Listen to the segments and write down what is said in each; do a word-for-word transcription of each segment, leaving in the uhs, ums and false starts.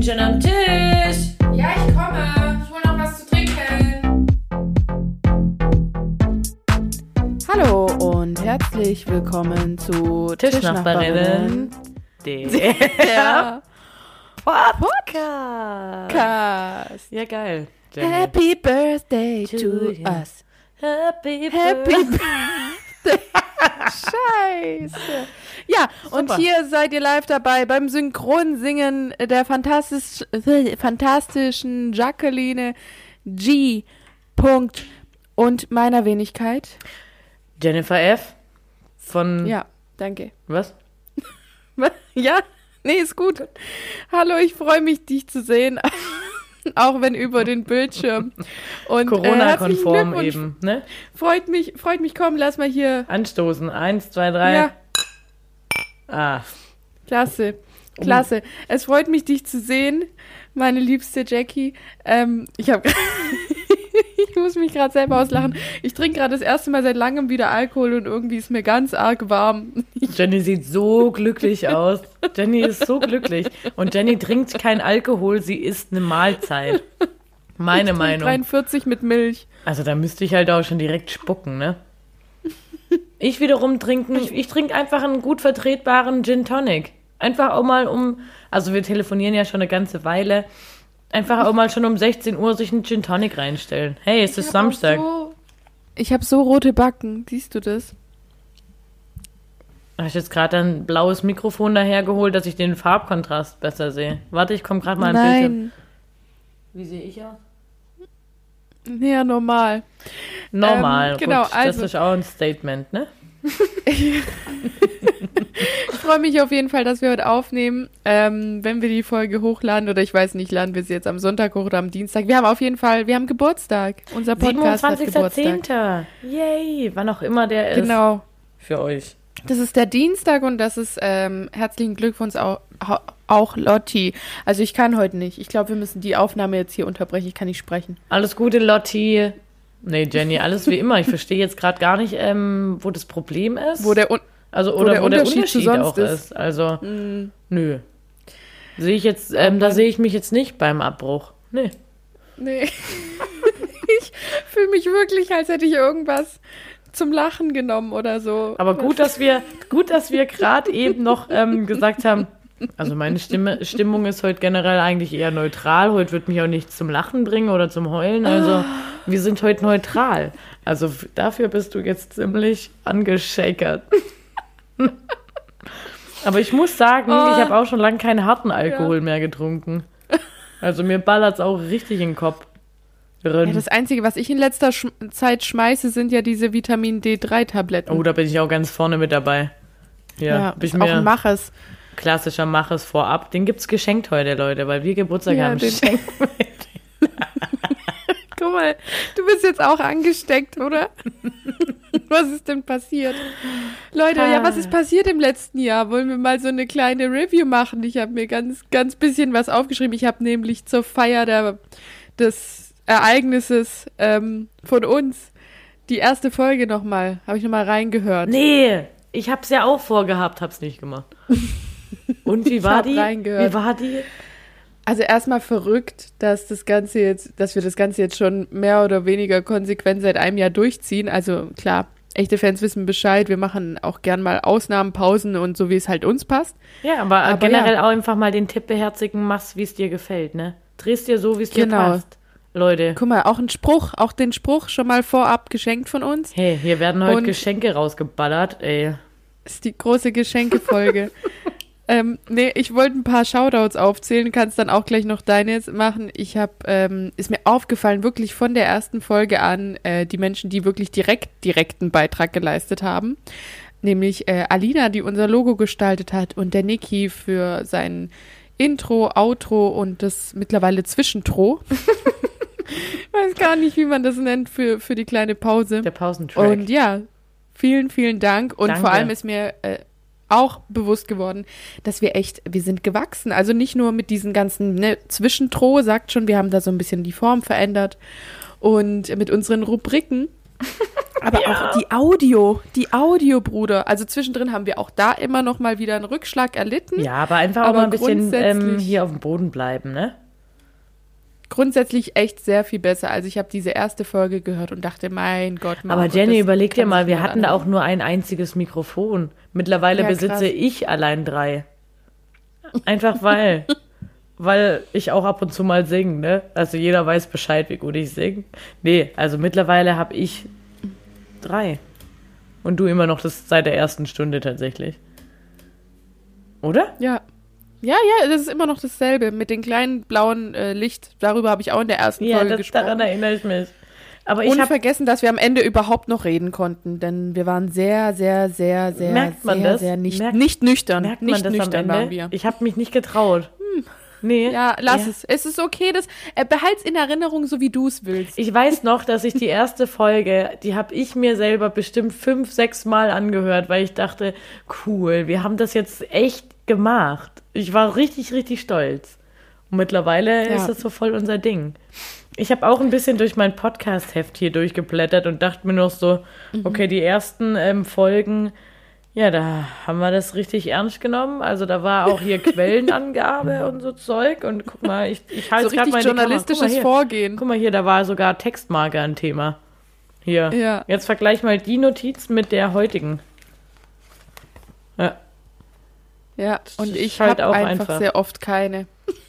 bin schon am Tisch. Ja, ich komme. Ich hole noch was zu trinken. Hallo und herzlich willkommen zu Tischnachbarinnen, der, der Podcast. Podcast. Ja, geil. Jenny. Happy Birthday to, To you. us. Happy, Happy Birthday. Scheiße. Ja, und Super. hier seid ihr live dabei beim Synchronsingen der fantastisch, äh, fantastischen Jacqueline G. Punkt und meiner Wenigkeit. Jennifer F. von... Ja, danke. Was? Ja, nee, ist gut. Hallo, ich freue mich, dich zu sehen. Auch wenn über den Bildschirm. Und, Corona-konform äh, herzlichen Glückwunsch. eben, ne? Freut mich, freut mich, komm, lass mal hier. Anstoßen. Eins, zwei, drei. Ja, Ah. klasse, klasse. Es freut mich, dich zu sehen, meine liebste Jackie. Ähm, ich habe, ich muss mich gerade selber auslachen. Ich trinke gerade das erste Mal seit langem wieder Alkohol und irgendwie ist mir ganz arg warm. Jenny sieht so glücklich aus. Jenny ist so glücklich. Und Jenny trinkt kein Alkohol, sie isst eine Mahlzeit. Meine ich Meinung. dreiundvierzig mit Milch. Also da müsste ich halt auch schon direkt spucken, ne? Ich wiederum trinken, ich trinke einfach einen gut vertretbaren Gin Tonic. Einfach auch mal um, also wir telefonieren ja schon eine ganze Weile, einfach auch mal schon um sechzehn Uhr sich einen Gin Tonic reinstellen. Hey, es ist Ich hab auch Samstag. So, ich habe so rote Backen, siehst du das? Habe ich jetzt gerade ein blaues Mikrofon dahergeholt, dass ich den Farbkontrast besser sehe. Warte, ich komme gerade mal ein Bild. Nein, Wie sehe ich aus? ja, normal. Normal, Ähm, genau, gut, also- das ist auch ein Statement, ne? Ich freue mich auf jeden Fall, dass wir heute aufnehmen, ähm, wenn wir die Folge hochladen, oder ich weiß nicht, laden wir sie jetzt am Sonntag hoch oder am Dienstag. Wir haben auf jeden Fall, wir haben Geburtstag. Unser Podcast hat siebenundzwanzigster Geburtstag. zehnter Yay, wann auch immer der ist Genau, für euch. das ist der Dienstag und das ist ähm, herzlichen Glückwunsch auch, auch Lotti. Also ich kann heute nicht. Ich glaube, wir müssen die Aufnahme jetzt hier unterbrechen. Ich kann nicht sprechen. Alles Gute, Lotti. Nee, Jenny, alles wie immer. Ich verstehe jetzt gerade gar nicht, ähm, wo das Problem ist. Wo der Un also, wo oder der wo der Unterschied Unterschied, zu sonst auch ist. ist. Also, Mm, nö. Sehe ich jetzt, ähm, da Aber- sehe ich mich jetzt nicht beim Abbruch. Nee. nee. Ich fühle mich wirklich, als hätte ich irgendwas zum Lachen genommen oder so. Aber gut, dass wir, gut, dass wir gerade eben noch ähm, gesagt haben, also meine Stimme, Stimmung ist heute generell eigentlich eher neutral. Heute wird mich auch nichts zum Lachen bringen oder zum Heulen. Also wir sind heute neutral. Also f- dafür bist du jetzt ziemlich angeschäkert. Aber ich muss sagen, Oh. ich habe auch schon lange keinen harten Alkohol mehr getrunken. Also mir ballert's auch richtig in den Kopf. Ja, das Einzige, was ich in letzter Sch Zeit schmeiße, sind ja diese Vitamin D drei Tabletten. Oh, da bin ich auch ganz vorne mit dabei. Ja, ja, hab ich ist auch ein mir Maches. klassischer Maches vorab. Den gibt's geschenkt heute, Leute, weil wir Geburtstag Ja, haben. den- Schenkt Guck mal, du bist jetzt auch angesteckt, oder? Was ist denn passiert? Leute, ja, was ist passiert im letzten Jahr? Wollen wir mal so eine kleine Review machen? Ich habe mir ganz, ganz bisschen was aufgeschrieben. Ich habe nämlich zur Feier der, des Ereignisses ähm, von uns die erste Folge nochmal, habe ich nochmal reingehört. Nee, ich hab's ja auch vorgehabt, hab's nicht gemacht. Und wie war hab die? reingehört. Wie war die? Also erstmal verrückt, dass das Ganze jetzt, dass wir das Ganze jetzt schon mehr oder weniger konsequent seit einem Jahr durchziehen. Also klar, echte Fans wissen Bescheid. Wir machen auch gern mal Ausnahmen, Pausen und so, wie es halt uns passt. Ja, aber, Aber generell ja. auch einfach mal den Tipp beherzigen, machst, wie es dir gefällt, ne? Drehst dir so, wie es dir Genau. passt. Leute, Guck mal, auch ein Spruch, auch den Spruch schon mal vorab geschenkt von uns. hey, hier werden heute Und- Geschenke rausgeballert, ey. Das ist die große Geschenkefolge. ähm, nee, ich wollte ein paar Shoutouts aufzählen, kannst dann auch gleich noch deine machen. Ich habe, ähm, ist mir aufgefallen, wirklich von der ersten Folge an, äh, die Menschen, die wirklich direkt, direkten Beitrag geleistet haben. Nämlich äh, Alina, die unser Logo gestaltet hat, und der Niki für sein Intro, Outro und das mittlerweile Zwischentro. Weiß gar nicht, wie man das nennt für, für die kleine Pause. Der Pausentrack. Und ja, vielen, vielen Dank. Und Danke. vor allem ist mir äh, auch bewusst geworden, dass wir echt, wir sind gewachsen. Also nicht nur mit diesen ganzen, ne, Zwischentro, sagt schon, wir haben da so ein bisschen die Form verändert. Und mit unseren Rubriken Aber Ja. auch die Audio, die Audio, Bruder. Also zwischendrin haben wir auch da immer noch mal wieder einen Rückschlag erlitten. Ja, aber einfach auch Aber mal ein bisschen ähm, grundsätzlich- hier auf dem Boden bleiben, ne? Grundsätzlich echt sehr viel besser. Also ich habe diese erste Folge gehört und dachte, mein Gott, Mama, Aber Jenny, das überleg dir kann mal, sich wir niemand hatten da auch anhören. nur ein einziges Mikrofon. Mittlerweile Ja, besitze krass. ich allein drei. Einfach weil. Weil ich auch ab und zu mal singe, ne? Also jeder weiß Bescheid, wie gut ich singe. Nee, also mittlerweile habe ich drei. Und du immer noch das seit der ersten Stunde tatsächlich. Oder? Ja. Ja, ja, das ist immer noch dasselbe mit den kleinen blauen äh, Licht. Darüber habe ich auch in der ersten Ja, Folge das, gesprochen. daran erinnere ich mich. Aber ich Und habe vergessen, dass wir am Ende überhaupt noch reden konnten, denn wir waren sehr, sehr, sehr, sehr, Merkt man sehr, das? sehr nicht, Merkt- nicht nüchtern. merkt nicht man das am nüchtern Ende. waren wir. Ich habe mich nicht getraut. Nee. Ja, lass Ja. es. Es ist okay, das äh, behalt's in Erinnerung, so wie du es willst. Ich weiß noch, dass ich die erste Folge, die habe ich mir selber bestimmt fünf, sechs Mal angehört, weil ich dachte, cool, wir haben das jetzt echt gemacht. Ich war richtig, richtig stolz. Und mittlerweile Ja. ist das so voll unser Ding. Ich habe auch ein bisschen durch mein Podcast-Heft hier durchgeblättert und dachte mir noch so, okay, die ersten ähm, Folgen, ja, da haben wir das richtig ernst genommen. Also da war auch hier Quellenangabe und so Zeug. Und guck mal, ich, ich halte So grad richtig mal in die Kamera. journalistisches Guck mal hier. Vorgehen. Guck mal hier, da war sogar Textmarke ein Thema. Hier. Ja. Jetzt vergleich mal die Notiz mit der heutigen. Ja. Ja, und ist ich halt habe auch einfach, einfach. sehr oft keine.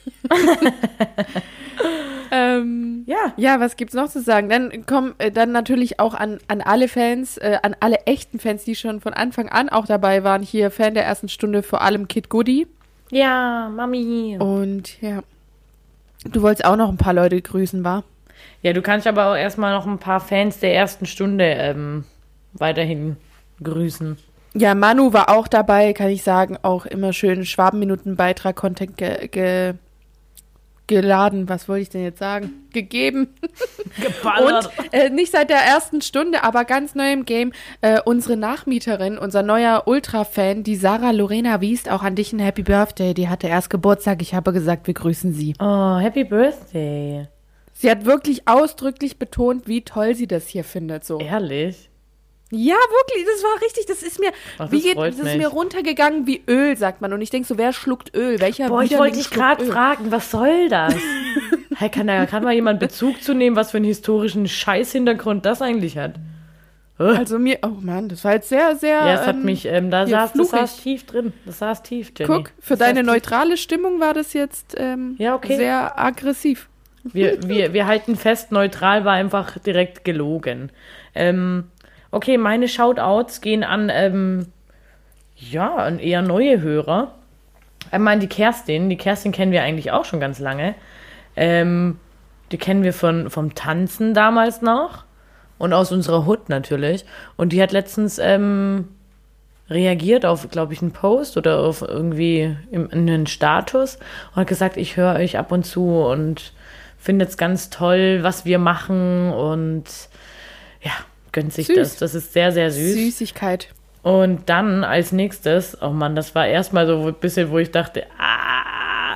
ähm, Ja. ja, was gibt's noch zu sagen? Dann komm, äh, dann natürlich auch an, an alle Fans, äh, an alle echten Fans, die schon von Anfang an auch dabei waren. Hier Fan der ersten Stunde, vor allem Kid Goody. Ja, Mami. Und ja, du wolltest auch noch ein paar Leute grüßen, war? Ja, du kannst aber auch erstmal noch ein paar Fans der ersten Stunde ähm, weiterhin grüßen. Ja, Manu war auch dabei, kann ich sagen, auch immer schön Schwabenminuten-Beitrag, Content ge ge geladen, was wollte ich denn jetzt sagen? Gegeben. Und äh, nicht seit der ersten Stunde, aber ganz neu im Game, äh, unsere Nachmieterin, unser neuer Ultra-Fan, die Sarah Lorena Wiest, auch an dich ein Happy Birthday, die hatte erst Geburtstag, ich habe gesagt, wir grüßen sie. Oh, Happy Birthday. Sie hat wirklich ausdrücklich betont, wie toll sie das hier findet, so. Ehrlich? Ja, wirklich, das war richtig, das ist mir, Ach, das wie geht, freut das ist mich. mir runtergegangen wie Öl, sagt man. Und ich denke so, wer schluckt Öl? Welcher Boah, ich Widerling wollte dich schluckt gerade Öl? fragen, was soll das? Hey, kann, da, kann mal jemand Bezug zu nehmen, was für einen historischen Scheißhintergrund das eigentlich hat? Also mir, oh Mann, das war jetzt sehr, sehr. Ja, es hat ähm, mich, ähm, da hier, saß, das fluchig. saß tief drin. Das saß tief, Jenny. Guck, für Das saß deine tief. neutrale Stimmung war das jetzt ähm, Ja, okay. sehr aggressiv. Wir, wir, wir halten fest, neutral war einfach direkt gelogen. Ähm, okay, meine Shoutouts gehen an, ähm, ja, an eher neue Hörer. Einmal an die Kerstin. Die Kerstin kennen wir eigentlich auch schon ganz lange. Ähm, die kennen wir von, vom Tanzen damals noch. Und aus unserer Hut natürlich. Und die hat letztens ähm, reagiert auf, glaube ich, einen Post oder auf irgendwie im, einen Status und hat gesagt, ich höre euch ab und zu und finde es ganz toll, was wir machen und ja, gönnt sich Süß. das. Das ist sehr, sehr süß. Süßigkeit. Und dann als nächstes, oh Mann, das war erstmal so ein bisschen, wo ich dachte, ah,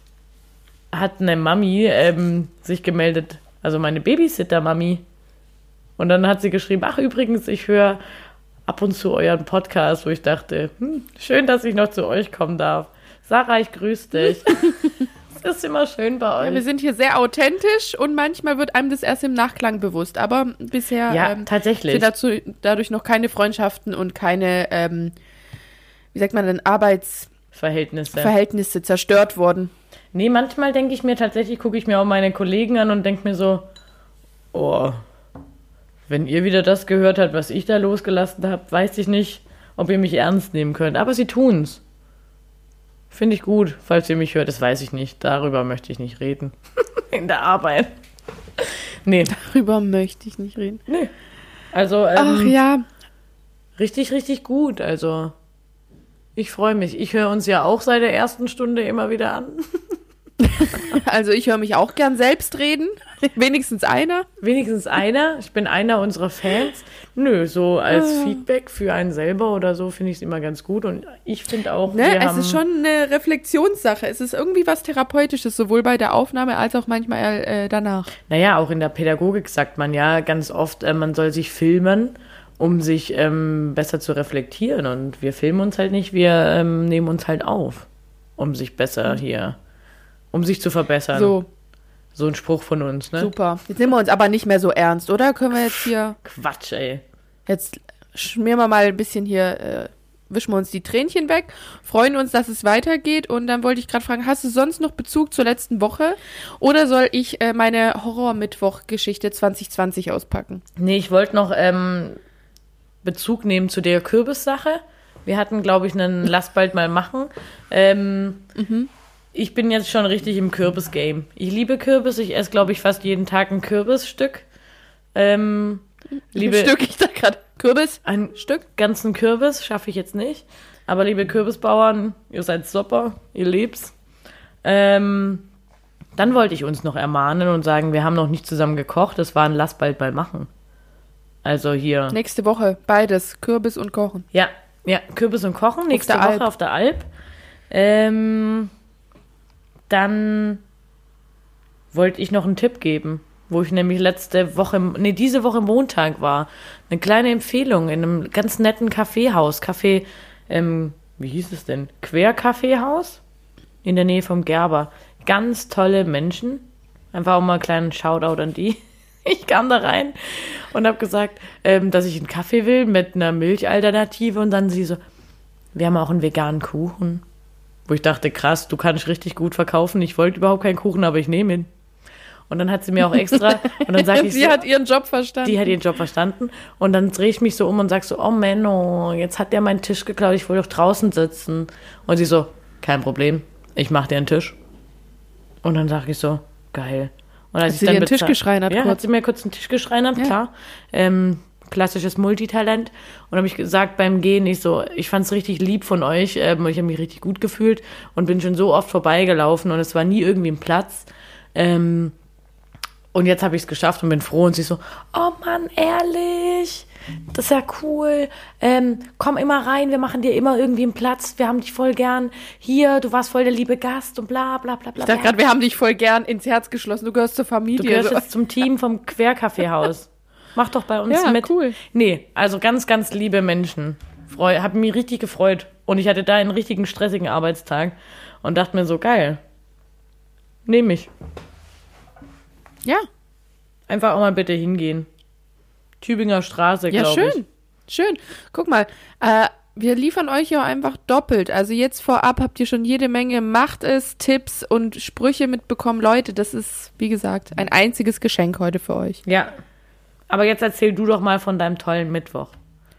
hat eine Mami ähm, sich gemeldet, also meine Babysitter-Mami. Und dann hat sie geschrieben, ach übrigens, ich höre ab und zu euren Podcast, wo ich dachte, hm, schön, dass ich noch zu euch kommen darf. Sarah, ich grüße dich. Es ist immer schön bei euch. Ja, wir sind hier sehr authentisch und manchmal wird einem das erst im Nachklang bewusst. Aber bisher Ja, ähm, tatsächlich. sind dazu, dadurch noch keine Freundschaften und keine, ähm, wie sagt man denn, Arbeitsverhältnisse Verhältnisse. zerstört worden. Nee, manchmal denke ich mir tatsächlich, gucke ich mir auch meine Kollegen an und denke mir so, oh, wenn ihr wieder das gehört habt, was ich da losgelassen habe, weiß ich nicht, ob ihr mich ernst nehmen könnt. Aber sie tun's. Finde ich gut, falls ihr mich hört, das weiß ich nicht. Darüber möchte ich nicht reden. In der Arbeit. Nee, Darüber möchte ich nicht reden. also ähm, Ach ja, richtig, richtig gut. Also ich freue mich. Ich höre uns ja auch seit der ersten Stunde immer wieder an. also ich höre mich auch gern selbst reden. Wenigstens einer? Wenigstens einer. Ich bin einer unserer Fans. Nö, so als Ah. Feedback für einen selber oder so finde ich es immer ganz gut. Und ich finde auch, Ne, wir es haben, ist schon eine Reflexionssache. Es ist irgendwie was Therapeutisches, sowohl bei der Aufnahme als auch manchmal äh, danach. naja, auch in der Pädagogik sagt man ja ganz oft, äh, man soll sich filmen, um sich ähm, besser zu reflektieren. Und wir filmen uns halt nicht, wir ähm, nehmen uns halt auf, um sich besser hier, um sich zu verbessern. So, So ein Spruch von uns, ne? super. Jetzt nehmen wir uns aber nicht mehr so ernst, oder? Können wir jetzt hier, Quatsch, ey. jetzt schmieren wir mal ein bisschen hier, äh, wischen wir uns die Tränchen weg, freuen uns, dass es weitergeht. Und dann wollte ich gerade fragen, hast du sonst noch Bezug zur letzten Woche? Oder soll ich äh, meine Horror-Mittwoch-Geschichte zwanzig zwanzig auspacken? Nee, ich wollte noch ähm, Bezug nehmen zu der Kürbissache. Wir hatten, glaube ich, einen Lass bald mal machen. Ähm, Ich bin jetzt schon richtig im Kürbis-Game. Ich liebe Kürbis. Ich esse, glaube ich, fast jeden Tag ein Kürbisstück. Ähm, liebe Ein Stück, ich dachte gerade, Kürbis? ein Stück ganzen Kürbis schaffe ich jetzt nicht. Aber liebe Kürbisbauern, ihr seid super, ihr lebt's. Ähm, dann wollte ich uns noch ermahnen und sagen, wir haben noch nicht zusammen gekocht. Das war ein Lass bald mal machen. Also hier. Nächste Woche, beides, Kürbis und Kochen. Ja, ja, Kürbis und Kochen, nächste der Woche Alp. auf der Alp. Ähm, dann wollte ich noch einen Tipp geben, wo ich nämlich letzte Woche, nee, diese Woche Montag war. Eine kleine Empfehlung in einem ganz netten Kaffeehaus. Café, ähm, wie hieß es denn? Quer-Kaffeehaus? In der Nähe vom Gerber. Ganz tolle Menschen. Einfach auch mal einen kleinen Shoutout an die. Ich kam da rein und habe gesagt, ähm, dass ich einen Kaffee will mit einer Milchalternative. Und dann sie so, wir haben auch einen veganen Kuchen. Wo ich dachte, krass, du kannst richtig gut verkaufen. Ich wollte überhaupt keinen Kuchen, aber ich nehme ihn. Und dann hat sie mir auch extra, und dann sage ich Sie so, hat ihren Job verstanden. die hat ihren Job verstanden. Und dann drehe ich mich so um und sage so, oh Menno, jetzt hat der meinen Tisch geklaut, ich wollte doch draußen sitzen. Und sie so, kein Problem, ich mache dir einen Tisch. Und dann sage ich so, geil. Und als Hat ich sie dann dir einen Tisch bezahl- geschreinert Ja, kurz? hat sie mir kurz einen Tisch geschreinert, Ja. klar. Ähm, klassisches Multitalent. Und habe ich gesagt beim Gehen, ich so, ich fand es richtig lieb von euch. Ähm, ich habe mich richtig gut gefühlt und bin schon so oft vorbeigelaufen und es war nie irgendwie ein Platz. Ähm, und jetzt habe ich es geschafft und bin froh. Und sie so, oh Mann, ehrlich, das ist ja cool. Ähm, komm immer rein, wir machen dir immer irgendwie einen Platz. Wir haben dich voll gern. Hier, du warst voll der liebe Gast und bla bla bla bla. Ich dachte bla. gerade, wir haben dich voll gern ins Herz geschlossen. Du gehörst zur Du Familie. gehörst So. jetzt zum Team vom Querkaffeehaus. Mach doch bei uns Ja, mit. cool. Nee, also ganz, ganz liebe Menschen. Freu, hab mich richtig gefreut. Und ich hatte da einen richtigen stressigen Arbeitstag und dachte mir so, geil. Nehme ich. Ja, Einfach auch mal bitte hingehen. Tübinger Straße, ja, glaube schön. ich. Schön. Guck mal, äh, wir liefern euch ja einfach doppelt. Also jetzt vorab habt ihr schon jede Menge Macht es, Tipps und Sprüche mitbekommen. Leute, das ist, wie gesagt, ein einziges Geschenk heute für euch. Ja. Aber jetzt erzähl du doch mal von deinem tollen Mittwoch.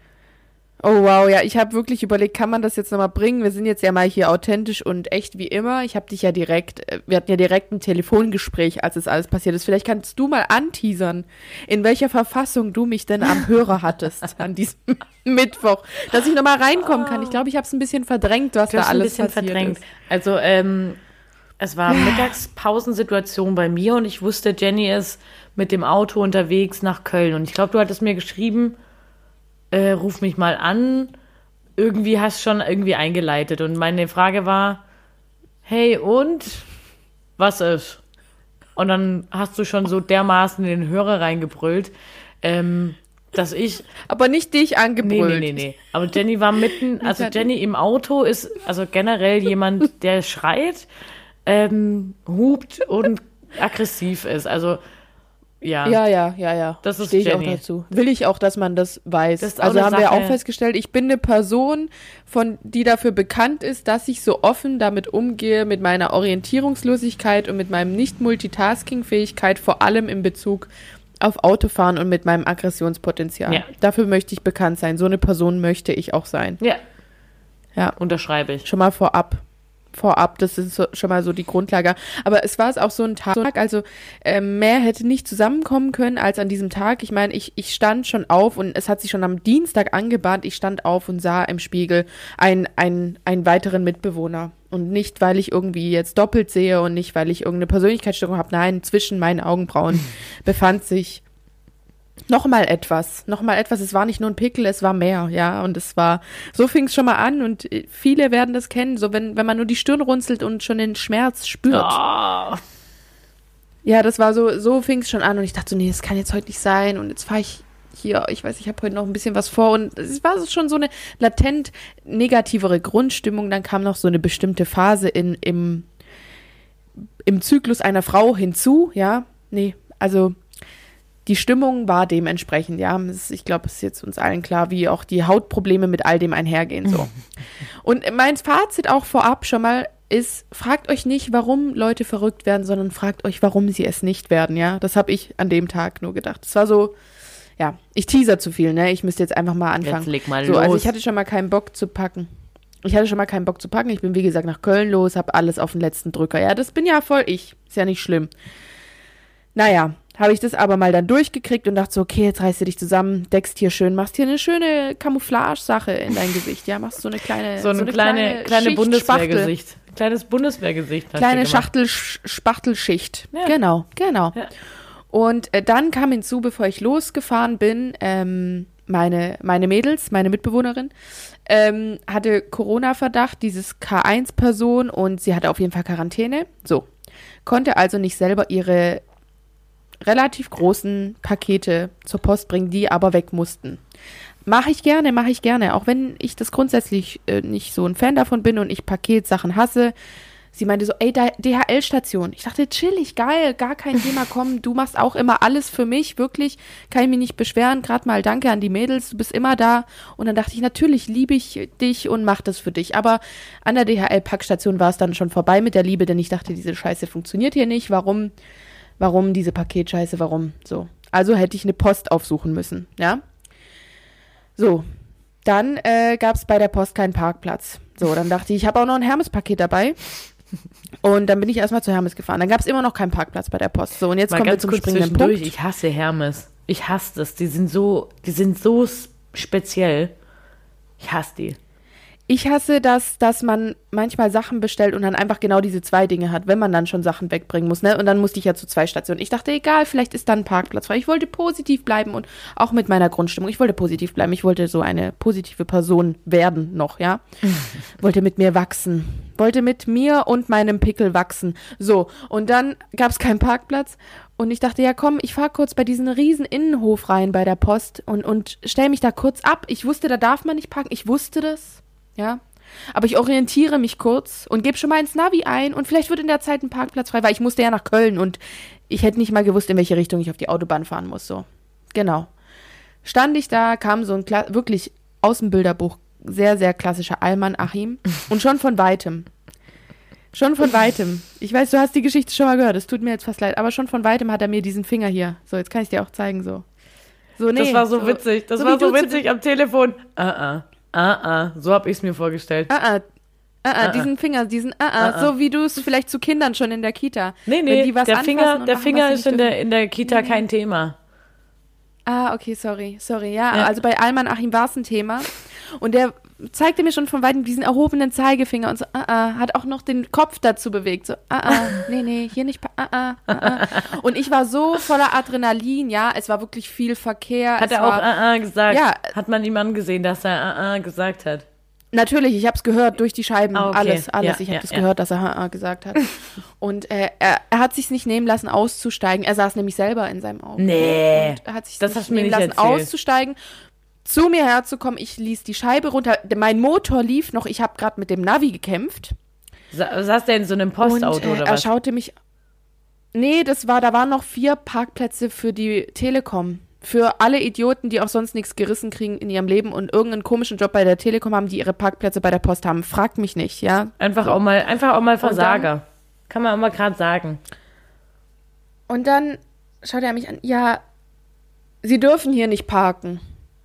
Oh wow, ja, ich habe wirklich überlegt, kann man das jetzt nochmal bringen? Wir sind jetzt ja mal hier authentisch und echt wie immer. Ich habe dich ja direkt, äh, wir hatten ja direkt ein Telefongespräch, als es alles passiert ist. Vielleicht kannst du mal anteasern, in welcher Verfassung du mich denn am Hörer hattest an diesem Mittwoch, dass ich nochmal reinkommen kann. Ich glaube, ich habe es ein bisschen verdrängt, was Du da hast ein alles bisschen passiert verdrängt. ist. Also, ähm, es war Mittagspausensituation bei mir und ich wusste, Jenny ist mit dem Auto unterwegs nach Köln. Und ich glaube, du hattest mir geschrieben, äh, ruf mich mal an. Irgendwie hast schon irgendwie eingeleitet. Und meine Frage war, hey, und? Was ist? Und dann hast du schon so dermaßen in den Hörer reingebrüllt, ähm, dass ich Aber nicht dich Nee, angebrüllt. nee, nee, nee. Aber Jenny war mitten, also hatte- Jenny im Auto ist also generell jemand, der schreit, ähm, hupt und aggressiv ist. Also, ja. Ja, ja, ja, ja. Das ist Stehe ich auch Jenny. dazu. Will ich auch, dass man das weiß. Das ist auch also eine haben wir Sache. auch festgestellt, ich bin eine Person, von die dafür bekannt ist, dass ich so offen damit umgehe mit meiner Orientierungslosigkeit und mit meinem Nicht-Multitasking-Fähigkeit, vor allem in Bezug auf Autofahren und mit meinem Aggressionspotenzial. Ja. Dafür möchte ich bekannt sein. So eine Person möchte ich auch sein. Ja, Ja. unterschreibe ich. Schon mal vorab. Vorab, das ist so, schon mal so die Grundlage. Aber es war es auch so ein Tag, also äh, mehr hätte nicht zusammenkommen können als an diesem Tag. Ich meine, ich, ich stand schon auf und es hat sich schon am Dienstag angebahnt. Ich stand auf und sah im Spiegel einen, einen, einen weiteren Mitbewohner. Und nicht, weil ich irgendwie jetzt doppelt sehe und nicht, weil ich irgendeine Persönlichkeitsstörung habe. Nein, zwischen meinen Augenbrauen befand sich nochmal etwas. Nochmal etwas. Es war nicht nur ein Pickel, es war mehr, ja. Und es war, so fing es schon mal an und viele werden das kennen. So, wenn, wenn man nur die Stirn runzelt und schon den Schmerz spürt. Oh. Ja, das war so, so fing es schon an und ich dachte so, nee, das kann jetzt heute nicht sein und jetzt fahre ich hier, ich weiß, ich habe heute noch ein bisschen was vor und es war schon so eine latent negativere Grundstimmung, dann kam noch so eine bestimmte Phase in, im, im Zyklus einer Frau hinzu, ja, nee, also die Stimmung war dementsprechend, ja, ich glaube, es ist jetzt uns allen klar, wie auch die Hautprobleme mit all dem einhergehen, so. Und mein Fazit auch vorab schon mal ist, fragt euch nicht, warum Leute verrückt werden, sondern fragt euch, warum sie es nicht werden, ja. Das habe ich an dem Tag nur gedacht. Es war so, ja, ich teaser zu viel, ne. Ich müsste jetzt einfach mal anfangen. Jetzt leg mal so, los. Also ich hatte schon mal keinen Bock zu packen. Ich hatte schon mal keinen Bock zu packen. Ich bin, wie gesagt, nach Köln los, habe alles auf den letzten Drücker. Ja, das bin ja voll ich. Ist ja nicht schlimm. Naja, habe ich das aber mal dann durchgekriegt und dachte so, okay, jetzt reißt du dich zusammen, deckst hier schön, machst hier eine schöne Camouflage-Sache in dein Gesicht, ja, machst so eine kleine So eine, so eine kleine, kleine, kleine Bundeswehrgesicht. Kleines Bundeswehrgesicht. Kleine Schachtel-Spachtelschicht. Ja. Genau, genau. Ja. Und äh, dann kam hinzu, bevor ich losgefahren bin, ähm, meine, meine Mädels, meine Mitbewohnerin, ähm, hatte Corona-Verdacht, dieses K eins Person und sie hatte auf jeden Fall Quarantäne. So, konnte also nicht selber ihre relativ großen Pakete zur Post bringen, die aber weg mussten. Mache ich gerne, mache ich gerne, auch wenn ich das grundsätzlich äh, nicht so ein Fan davon bin und ich Paketsachen hasse. Sie meinte so, ey, D H L-Station. Ich dachte, chillig, geil, gar kein Thema, komm, du machst auch immer alles für mich, wirklich, kann ich mich nicht beschweren, gerade mal danke an die Mädels, du bist immer da. Und dann dachte ich, natürlich liebe ich dich und mach das für dich. Aber an der D H L-Packstation war es dann schon vorbei mit der Liebe, denn ich dachte, diese Scheiße funktioniert hier nicht, warum, warum diese Paketscheiße, warum, so. Also hätte ich eine Post aufsuchen müssen, ja. So, dann äh, gab es bei der Post keinen Parkplatz. So, dann dachte ich, ich habe auch noch ein Hermes-Paket dabei. Und dann bin ich erstmal zu Hermes gefahren. Dann gab es immer noch keinen Parkplatz bei der Post. So, und jetzt Mal kommen wir zum springenden Punkt. Ich hasse Hermes. Ich hasse das. Die sind so, die sind so speziell. Ich hasse die. Ich hasse das, dass man manchmal Sachen bestellt und dann einfach genau diese zwei Dinge hat, wenn man dann schon Sachen wegbringen muss, ne? Und dann musste ich ja zu zwei Stationen. Ich dachte, egal, vielleicht ist dann ein Parkplatz frei. Ich wollte positiv bleiben und auch mit meiner Grundstimmung. Ich wollte positiv bleiben. Ich wollte so eine positive Person werden noch, ja? Wollte mit mir wachsen. Wollte mit mir und meinem Pickel wachsen. So, und dann gab es keinen Parkplatz. Und ich dachte, ja komm, ich fahre kurz bei diesen riesen Innenhof rein bei der Post und, und stell mich da kurz ab. Ich wusste, da darf man nicht parken. Ich wusste das. Ja, aber ich orientiere mich kurz und gebe schon mal ins Navi ein und vielleicht wird in der Zeit ein Parkplatz frei, weil ich musste ja nach Köln und ich hätte nicht mal gewusst, in welche Richtung ich auf die Autobahn fahren muss, so. Genau. Stand ich da, kam so ein Kla- wirklich aus dem Bilderbuch sehr, sehr klassischer Alman Achim und schon von Weitem. Schon von Weitem. Ich weiß, du hast die Geschichte schon mal gehört, es tut mir jetzt fast leid, aber schon von Weitem hat er mir diesen Finger hier. So, jetzt kann ich dir auch zeigen, so. So, nee. Das war so, so witzig, das so war so witzig am Telefon. Ah, ah. Ah, ah, so hab ich's mir vorgestellt. Ah, ah, ah, ah, diesen Finger, diesen ah, ah, ah, so wie du es vielleicht zu Kindern schon in der Kita. Nee, nee, die was der Finger, der machen, Finger ist in der, in der Kita nee, kein Thema. Ah, okay, sorry, sorry, ja, ja. Also bei Alman Achim war es ein Thema und der zeigte mir schon von Weitem diesen erhobenen Zeigefinger und so, ah, ah, hat auch noch den Kopf dazu bewegt, so, ah, ah, nee, nee, hier nicht, ah, ah, ah, ah. Und ich war so voller Adrenalin, ja, es war wirklich viel Verkehr. Hat es er war, auch ah, ah gesagt? Ja. Hat man ihm angesehen, dass er ah, ah gesagt hat? Natürlich, ich habe es gehört durch die Scheiben, ah, okay. alles, alles. Ja, ich habe ja, das ja. gehört, dass er ah, ah gesagt hat. Und äh, er, er hat sich's nicht nehmen lassen, auszusteigen. Er saß nämlich selber in seinem Auto. Nee, und er hat sich das nicht hast du mir nehmen nicht lassen, erzählt. auszusteigen, zu mir herzukommen. Ich ließ die Scheibe runter. Mein Motor lief noch. Ich habe gerade mit dem Navi gekämpft. Sa- saß der in so einem Postauto und, äh, oder was? Er schaute mich. Nee, das war, da waren noch vier Parkplätze für die Telekom. Für alle Idioten, die auch sonst nichts gerissen kriegen in ihrem Leben und irgendeinen komischen Job bei der Telekom haben, die ihre Parkplätze bei der Post haben. Fragt mich nicht, ja. Einfach so. auch mal, einfach auch mal Versager. Dann, kann man auch mal gerade sagen. Und dann schaut er mich an. Ja, Sie dürfen hier nicht parken.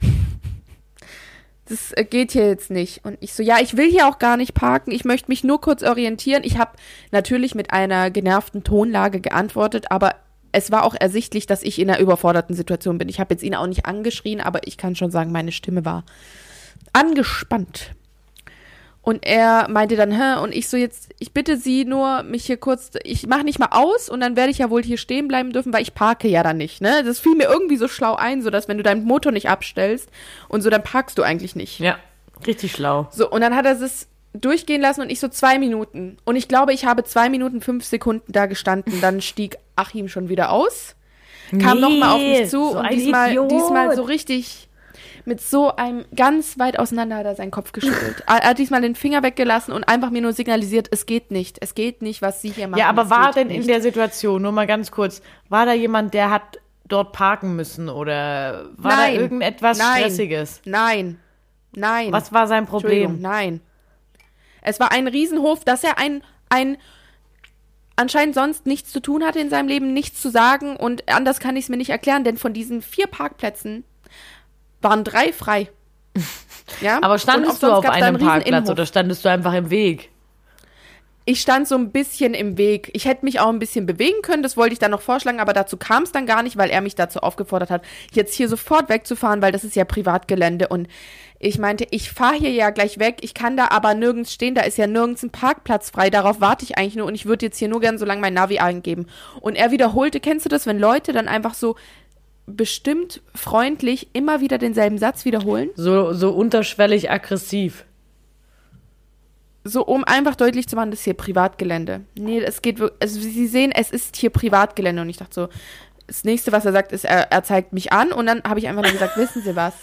Das geht hier jetzt nicht. Und ich so, ja, ich will hier auch gar nicht parken. Ich möchte mich nur kurz orientieren. Ich habe natürlich mit einer genervten Tonlage geantwortet, aber es war auch ersichtlich, dass ich in einer überforderten Situation bin. Ich habe jetzt ihn auch nicht angeschrien, aber ich kann schon sagen, meine Stimme war angespannt. Und er meinte dann, hä, und ich so jetzt, ich bitte Sie nur, mich hier kurz, ich mache nicht mal aus und dann werde ich ja wohl hier stehen bleiben dürfen, weil ich parke ja dann nicht, ne? Das fiel mir irgendwie so schlau ein, so dass wenn du deinen Motor nicht abstellst und so, dann parkst du eigentlich nicht. Ja, richtig schlau. So, und dann hat er es durchgehen lassen und ich so zwei Minuten. Und ich glaube, ich habe zwei Minuten, fünf Sekunden da gestanden. Dann stieg Achim schon wieder aus, kam Nee, nochmal auf mich zu so und ein diesmal, Idiot. diesmal so richtig mit so einem ganz weit auseinander hat er seinen Kopf geschüttelt. Er hat diesmal den Finger weggelassen und einfach mir nur signalisiert, es geht nicht, es geht nicht, was Sie hier machen. Ja, aber es war geht denn nicht. in der Situation, nur mal ganz kurz, war da jemand, der hat dort parken müssen oder war Nein. da irgendetwas Nein. Stressiges? Nein, nein. Was war sein Entschuldigung, Problem? nein. Es war ein Riesenhof, dass er ein, ein anscheinend sonst nichts zu tun hatte in seinem Leben, nichts zu sagen und anders kann ich es mir nicht erklären, denn von diesen vier Parkplätzen waren drei frei. Ja? Aber Und auch standest du sonst auf gab's da einen einem riesen Parkplatz Innenhof. oder standest du einfach im Weg? Ich stand so ein bisschen im Weg. Ich hätte mich auch ein bisschen bewegen können, das wollte ich dann noch vorschlagen, aber dazu kam es dann gar nicht, weil er mich dazu aufgefordert hat, jetzt hier sofort wegzufahren, weil das ist ja Privatgelände und ich meinte, ich fahre hier ja gleich weg, ich kann da aber nirgends stehen, da ist ja nirgends ein Parkplatz frei, darauf warte ich eigentlich nur und ich würde jetzt hier nur gern so lange mein Navi eingeben. Und er wiederholte, kennst du das, wenn Leute dann einfach so bestimmt freundlich immer wieder denselben Satz wiederholen? So, so unterschwellig aggressiv. So, um einfach deutlich zu machen, das ist hier Privatgelände. Nee, es geht wirklich, also Sie sehen, es ist hier Privatgelände. Und ich dachte so, das nächste, was er sagt, ist, er, er zeigt mich an. Und dann habe ich einfach nur gesagt, wissen Sie was?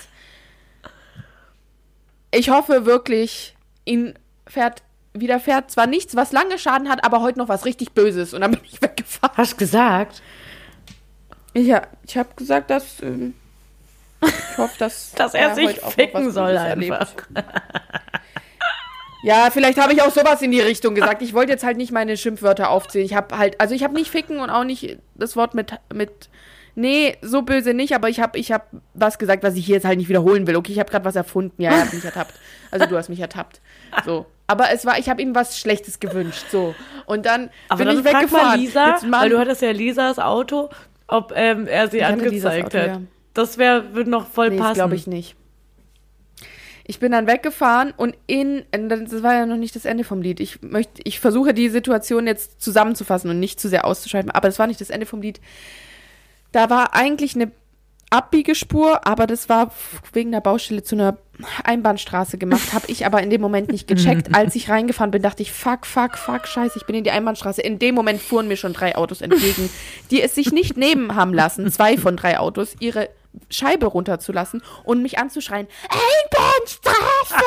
Ich hoffe wirklich, ihn fährt, widerfährt zwar nichts, was lange Schaden hat, aber heute noch was richtig Böses. Und dann bin ich weggefahren. Hast du gesagt? Ja, ich habe gesagt, dass, ähm, ich hoffe, dass, Dass er sich heute auch noch ficken was soll Böses einfach. erlebt. Ja, vielleicht habe ich auch sowas in die Richtung gesagt. Ich wollte jetzt halt nicht meine Schimpfwörter aufzählen. Ich habe halt, also ich habe nicht ficken und auch nicht das Wort mit, mit, nee, so böse nicht, aber ich habe ich hab was gesagt, was ich hier jetzt halt nicht wiederholen will. Okay, ich habe gerade was erfunden. Ja, er hat mich ertappt. Also du hast mich ertappt. So. Aber es war, ich habe ihm was Schlechtes gewünscht. So. Und dann Aber bin dann ich frag weggefahren. mal Lisa, Jetzt, Mann, weil du hattest ja Lisas Auto, ob ähm, er sie Ich hatte Lisas angezeigt Auto, hat. ja. Das wäre, würde noch voll nee, das passen. glaube ich nicht. Ich bin dann weggefahren und in, das war ja noch nicht das Ende vom Lied. Ich möchte, ich versuche die Situation jetzt zusammenzufassen und nicht zu sehr auszuschalten, aber das war nicht das Ende vom Lied. Da war eigentlich eine Abbiegespur, aber das war wegen der Baustelle zu einer Einbahnstraße gemacht. Habe ich aber in dem Moment nicht gecheckt. Als ich reingefahren bin, dachte ich, fuck, fuck, fuck, scheiße, ich bin in die Einbahnstraße. In dem Moment fuhren mir schon drei Autos entgegen, die es sich nicht nehmen haben lassen, zwei von drei Autos, ihre Scheibe runterzulassen und mich anzuschreien, Einbahnstraße!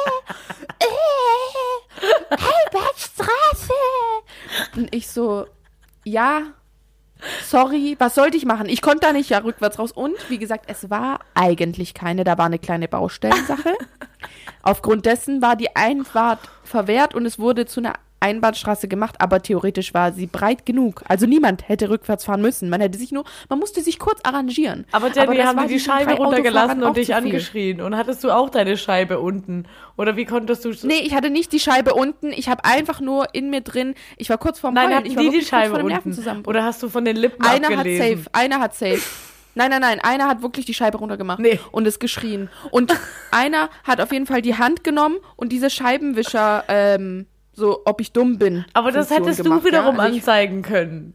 äh, Einbahnstraße! Und ich so, ja, sorry, was sollte ich machen? Ich konnte da nicht ja rückwärts raus. Und, wie gesagt, es war eigentlich keine, da war eine kleine Baustellensache. Aufgrund dessen war die Einfahrt verwehrt und es wurde zu einer Einbahnstraße gemacht, aber theoretisch war sie breit genug. Also niemand hätte rückwärts fahren müssen. Man hätte sich nur, man musste sich kurz arrangieren. Aber Jenny, das haben war die die diesen Scheibe drei runtergelassen Autofahrern auch und dich zu viel. angeschrien? Und hattest du auch deine Scheibe unten? Oder wie konntest du... Nee, ich hatte nicht die Scheibe unten. Ich habe einfach nur in mir drin, ich war kurz vorm Nein, Heulen. hatten Ich war die die wirklich kurz Scheibe vor dem unten? Nervenzusammenbruch. Oder hast du von den Lippen Einer hat abgelesen? safe, einer hat safe. Nein, nein, nein, einer hat wirklich die Scheibe runtergemacht Nee. und es geschrien. Und einer hat auf jeden Fall die Hand genommen und diese Scheibenwischer, ähm, so, ob ich dumm bin. Aber das Funktion hättest gemacht, du wiederum ja? Also ich, anzeigen können.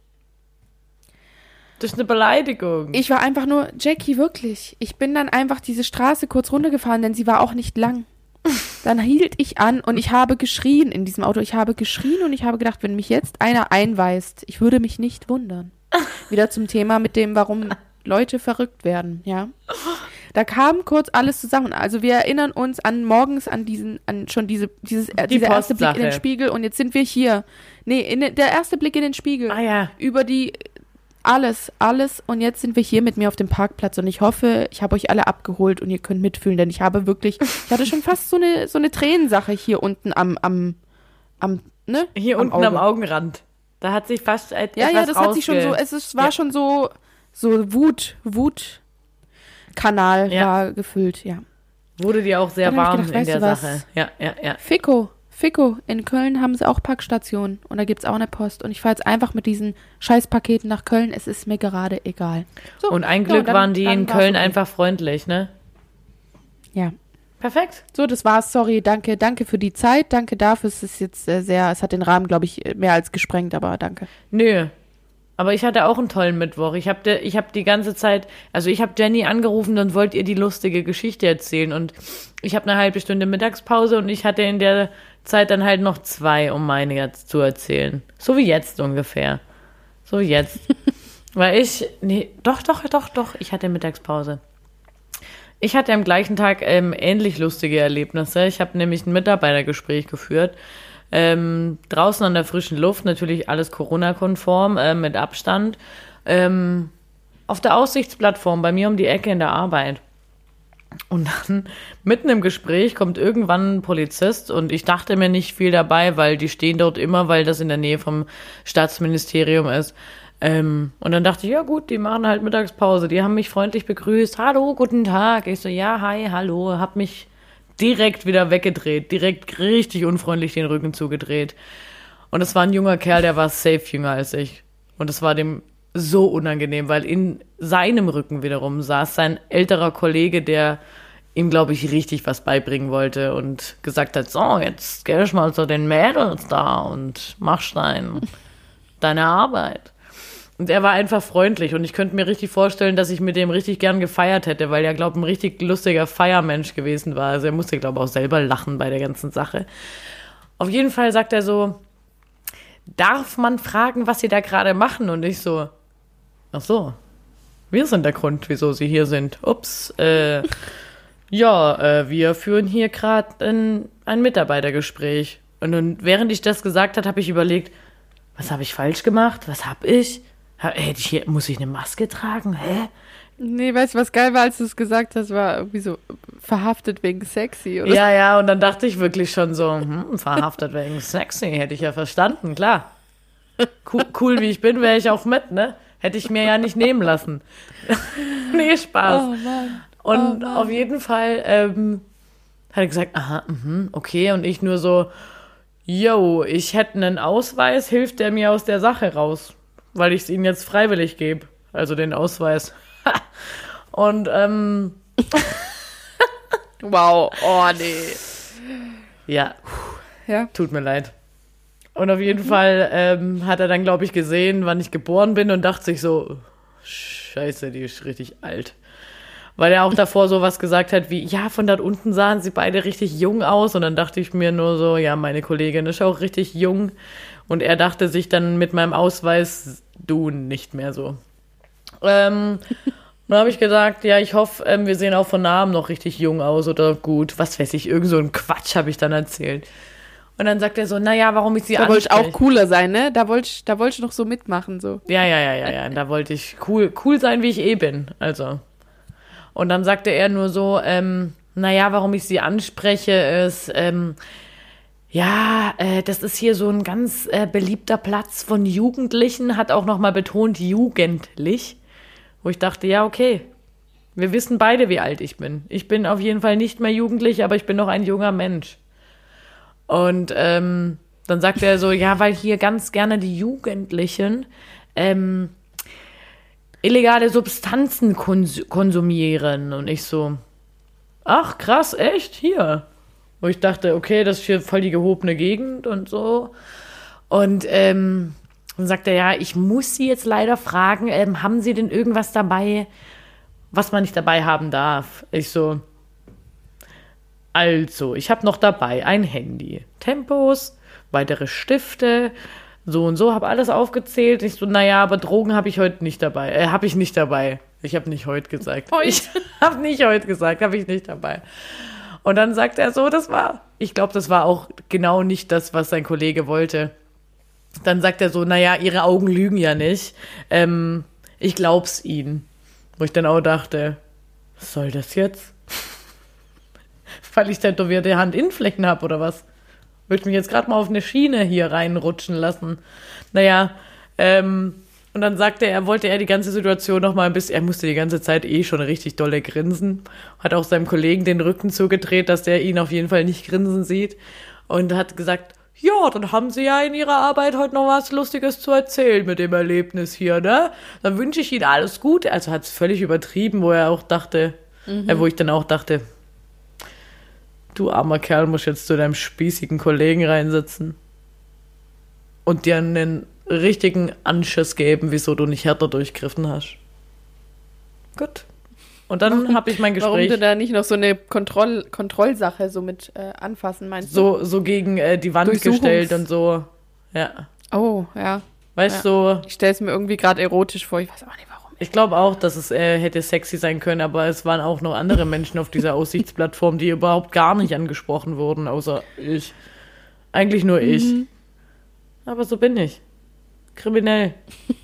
Das ist eine Beleidigung. ich war einfach nur, Jackie, wirklich. Ich bin dann einfach diese Straße kurz runtergefahren, denn sie war auch nicht lang. Dann hielt ich an und ich habe geschrien in diesem Auto. Ich habe geschrien und ich habe gedacht, wenn mich jetzt einer einweist, ich würde mich nicht wundern. Wieder zum Thema mit dem, warum Leute verrückt werden, ja. Da kam kurz alles zusammen. Also wir erinnern uns an morgens an diesen, an schon diese, dieses, äh, Die dieser erste Blick in den Postsache. Spiegel und jetzt sind wir hier. Nee, in, den- der erste Blick in den Spiegel. Ah ja. Über die, alles, alles und jetzt sind wir hier mit mir auf dem Parkplatz und ich hoffe, ich habe euch alle abgeholt und ihr könnt mitfühlen, denn ich habe wirklich, ich hatte schon fast so eine, so eine Tränensache hier unten am, am, am, ne? Hier am unten am Augenrand. Da hat sich fast et- Ja, etwas ja, das hat sich schon so, rausge- es ist, war Ja. schon so, so Wut, Wutkanal Ja. war gefüllt, ja. Wurde dir auch sehr Dann hab ich warm gedacht, in weißt der du was? Sache. Ja, ja, ja. Fico, Fico, in Köln haben sie auch Packstationen und da gibt's auch eine Post und ich fahre jetzt einfach mit diesen Scheißpaketen nach Köln, es ist mir gerade egal. So, Und ein ja, Glück dann- waren die dann in war's Köln okay. einfach freundlich, ne? Ja. Perfekt. So, das war's. Sorry, danke, danke für die Zeit. Danke dafür. Es ist jetzt äh, sehr, es hat den Rahmen, glaube ich, mehr als gesprengt, aber danke. Nö. Aber ich hatte auch einen tollen Mittwoch. Ich habe ich hab die ganze Zeit, also ich habe Jenny angerufen und wollte ihr die lustige Geschichte erzählen. Und ich habe eine halbe Stunde Mittagspause und ich hatte in der Zeit dann halt noch zwei, um meine jetzt zu erzählen. So wie jetzt ungefähr. So wie jetzt. Weil ich, nee, doch, doch, doch, doch, ich hatte Mittagspause. Ich hatte am gleichen Tag ähm, ähnlich lustige Erlebnisse. Ich habe nämlich ein Mitarbeitergespräch geführt. Ähm, draußen an der frischen Luft, natürlich alles Corona-konform, äh, mit Abstand. Ähm, auf der Aussichtsplattform bei mir um die Ecke in der Arbeit. Und dann mitten im Gespräch kommt irgendwann ein Polizist und ich dachte mir nicht viel dabei, weil die stehen dort immer, weil das in der Nähe vom Staatsministerium ist. Ähm, und dann dachte ich, ja gut, die machen halt Mittagspause. Die haben mich freundlich begrüßt. Hallo, guten Tag. Ich so, ja, hi, hallo. Hab mich direkt wieder weggedreht. Direkt richtig unfreundlich den Rücken zugedreht. Und es war ein junger Kerl, der war safe jünger als ich. Und es war dem so unangenehm, weil in seinem Rücken wiederum saß sein älterer Kollege, der ihm, glaube ich, richtig was beibringen wollte und gesagt hat, so, jetzt geh ich mal zu den Mädels da und mach dein, deine Arbeit. Und er war einfach freundlich und ich könnte mir richtig vorstellen, dass ich mit dem richtig gern gefeiert hätte, weil er, glaube ich, ein richtig lustiger Feiermensch gewesen war. Also er musste, glaube ich, auch selber lachen bei der ganzen Sache. Auf jeden Fall sagt er so, darf man fragen, was Sie da gerade machen? Und ich so, ach so, wir sind der Grund, wieso Sie hier sind. Ups, äh, ja, äh, wir führen hier gerade ein, ein Mitarbeitergespräch. Und dann, während ich das gesagt habe, habe ich überlegt, was habe ich falsch gemacht? Was habe ich? Hätte ich hier, muss ich eine Maske tragen? Hä? Nee, weißt du, was geil war, als du es gesagt hast, war irgendwie so verhaftet wegen sexy, oder? Ja, ja, und dann dachte ich wirklich schon so, hm, verhaftet wegen sexy, hätte ich ja verstanden, klar. Cool, cool wie ich bin, wäre ich auch mit, ne? Hätte ich mir ja nicht nehmen lassen. Nee, Spaß. Oh Mann. Und oh Mann. auf jeden Fall ähm, hat er gesagt, aha, mh, okay, und ich nur so, yo, ich hätte einen Ausweis, hilft der mir aus der Sache raus? Weil ich es ihnen jetzt freiwillig gebe. Also den Ausweis. Und, ähm... wow, oh nee. Ja, Ja. tut mir leid. Und auf jeden mhm. Fall ähm, hat er dann, glaube ich, gesehen, wann ich geboren bin und dachte sich so, scheiße, die ist richtig alt. Weil er auch davor so was gesagt hat wie, ja, von dort unten sahen sie beide richtig jung aus. Und dann dachte ich mir nur so, ja, meine Kollegin ist auch richtig jung. Und er dachte sich dann mit meinem Ausweis, du nicht mehr so. Ähm, dann habe ich gesagt, ja, ich hoffe, ähm, wir sehen auch von Namen noch richtig jung aus oder gut. Was weiß ich, irgend so ein Quatsch habe ich dann erzählt. Und dann sagt er so, naja, warum ich sie Da wollte ich anspreche. auch cooler sein, ne? Da wollte ich, da wollte ich noch so mitmachen, so. Ja, ja, ja, ja, ja. Da wollte ich cool, cool sein, wie ich eh bin. Also. Und dann sagte er nur so, ähm, naja, warum ich sie anspreche, ist, ähm, ja, äh, das ist hier so ein ganz äh, beliebter Platz von Jugendlichen, hat auch nochmal betont, jugendlich. Wo ich dachte, ja, okay, wir wissen beide, wie alt ich bin. Ich bin auf jeden Fall nicht mehr jugendlich, aber ich bin noch ein junger Mensch. Und ähm, dann sagte er so, ja, weil hier ganz gerne die Jugendlichen ähm, illegale Substanzen kons- konsumieren. Und ich so, ach krass, echt? Hier? Wo ich dachte, okay, das ist hier voll die gehobene Gegend und so. Und ähm, dann sagt er, ja, ich muss Sie jetzt leider fragen, ähm, haben Sie denn irgendwas dabei, was man nicht dabei haben darf? Ich so, also, ich habe noch dabei ein Handy, Tempos, weitere Stifte, so und so, habe alles aufgezählt. Ich so, naja, aber Drogen habe ich heute nicht dabei. Äh, habe ich nicht dabei. Ich habe nicht heute gesagt. Heut. Ich habe nicht heute gesagt, habe ich nicht dabei. Und dann sagt er so, das war, ich glaube, das war auch genau nicht das, was sein Kollege wollte. Dann sagt er so, naja, ihre Augen lügen ja nicht. Ähm, ich glaub's ihnen. Wo ich dann auch dachte, was soll das jetzt? Weil ich tätowierte Handinnenflächen habe oder was? Würde mich jetzt gerade mal auf eine Schiene hier reinrutschen lassen. Naja, ähm, und dann sagte er, wollte er die ganze Situation noch mal ein bisschen, er musste die ganze Zeit eh schon richtig dolle grinsen, hat auch seinem Kollegen den Rücken zugedreht, dass der ihn auf jeden Fall nicht grinsen sieht und hat gesagt, ja, dann haben Sie ja in Ihrer Arbeit heute noch was Lustiges zu erzählen mit dem Erlebnis hier, ne? Dann wünsche ich Ihnen alles Gute. Also hat es völlig übertrieben, wo er auch dachte, mhm. äh, wo ich dann auch dachte, du armer Kerl, musst jetzt zu deinem spießigen Kollegen reinsitzen und dir einen richtigen Anschiss geben, wieso du nicht härter durchgriffen hast. Gut. Und dann habe ich mein Gespräch. Warum du da nicht noch so eine Kontroll- Kontrollsache so mit äh, anfassen, meinst du? So, so gegen äh, die Wand Durchsuchungs- gestellt und so. Ja. Oh, ja. Weißt ja. du, so, Ich stelle es mir irgendwie gerade erotisch vor. Ich weiß auch nicht, warum. ich glaube auch, dass es äh, hätte sexy sein können, aber es waren auch noch andere Menschen auf dieser Aussichtsplattform, die überhaupt gar nicht angesprochen wurden, außer ich. Eigentlich nur ich. Mhm. Aber so bin ich. Kriminell.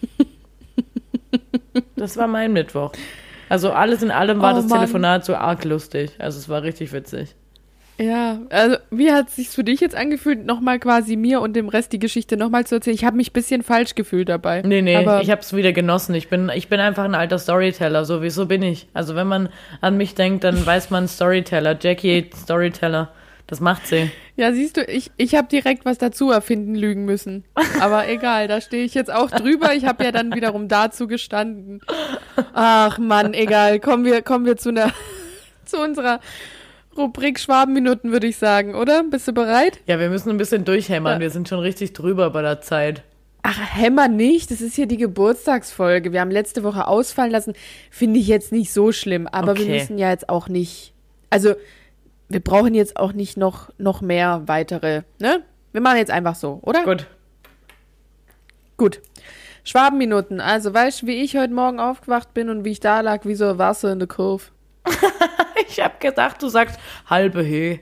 Das war mein Mittwoch. Also alles in allem war Oh, das Mann. Telefonat so arg lustig. Also es war richtig witzig. Ja, also wie hat es sich für dich jetzt angefühlt, nochmal quasi mir und dem Rest die Geschichte nochmal zu erzählen? Ich habe mich ein bisschen falsch gefühlt dabei. Nee, nee, aber ich habe es wieder genossen. Ich bin, ich bin einfach ein alter Storyteller, sowieso bin ich. Also wenn man an mich denkt, dann weiß man Storyteller. Jackie, Storyteller, das macht sie. Ja, siehst du, ich, ich habe direkt was dazu erfinden lügen müssen. Aber egal, da stehe ich jetzt auch drüber. Ich habe ja dann wiederum dazu gestanden. Ach Mann, egal. Kommen wir, kommen wir zu einer, zu unserer Rubrik Schwabenminuten, würde ich sagen, oder? Bist du bereit? Ja, wir müssen ein bisschen durchhämmern. Ja. Wir sind schon richtig drüber bei der Zeit. Ach, hämmer nicht. Das ist hier die Geburtstagsfolge. Wir haben letzte Woche ausfallen lassen. Finde ich jetzt nicht so schlimm. Aber Okay. wir müssen ja jetzt auch nicht, also wir brauchen jetzt auch nicht noch, noch mehr weitere, ne? Wir machen jetzt einfach so, oder? Gut. Gut. Schwabenminuten. Also, weißt du, wie ich heute Morgen aufgewacht bin und wie ich da lag, wie so Wasser in der Kurve? Ich habe gedacht, du sagst halbe He.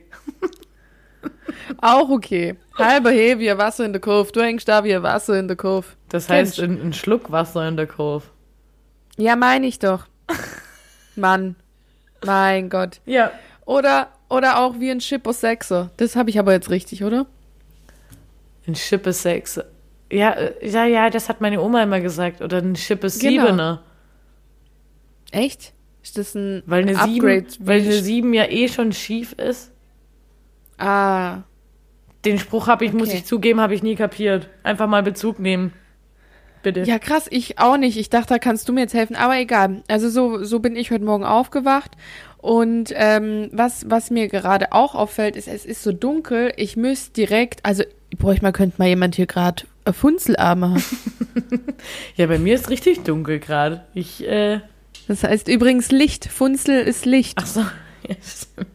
Auch okay. Halber He, wie ein Wasser in der Kurve. Du hängst da wie ein Wasser in der Kurve. Das Kennst heißt, ein, ein Schluck Wasser in der Kurve. Ja, meine ich doch. Mann. Mein Gott. Ja. Oder, oder auch wie ein Schipper Sechser. Das habe ich aber jetzt richtig, oder? Ein Schippe Sechs. Ja, äh, ja, ja, das hat meine Oma immer gesagt. Oder ein Schippe Genau. Siebener. Echt? Ist das ein Weil eine Upgrade? Sieben, weil eine Sieben ja eh schon schief ist. Ah, Den Spruch habe ich, muss Okay. ich zugeben, habe ich nie kapiert. Einfach mal Bezug nehmen. Bitte. ja krass, ich auch nicht. Ich dachte, da kannst du mir jetzt helfen. Aber egal. Also so, so bin ich heute Morgen aufgewacht. Und ähm, was, was mir gerade auch auffällt, ist, es ist so dunkel. Ich müsste direkt, also ich bräuchte mal, könnte mal jemand hier gerade Funzelarme haben. Ja, bei mir ist richtig dunkel gerade. Ich, äh. Das heißt übrigens Licht. Funzel ist Licht. Ach so. Ja, stimmt.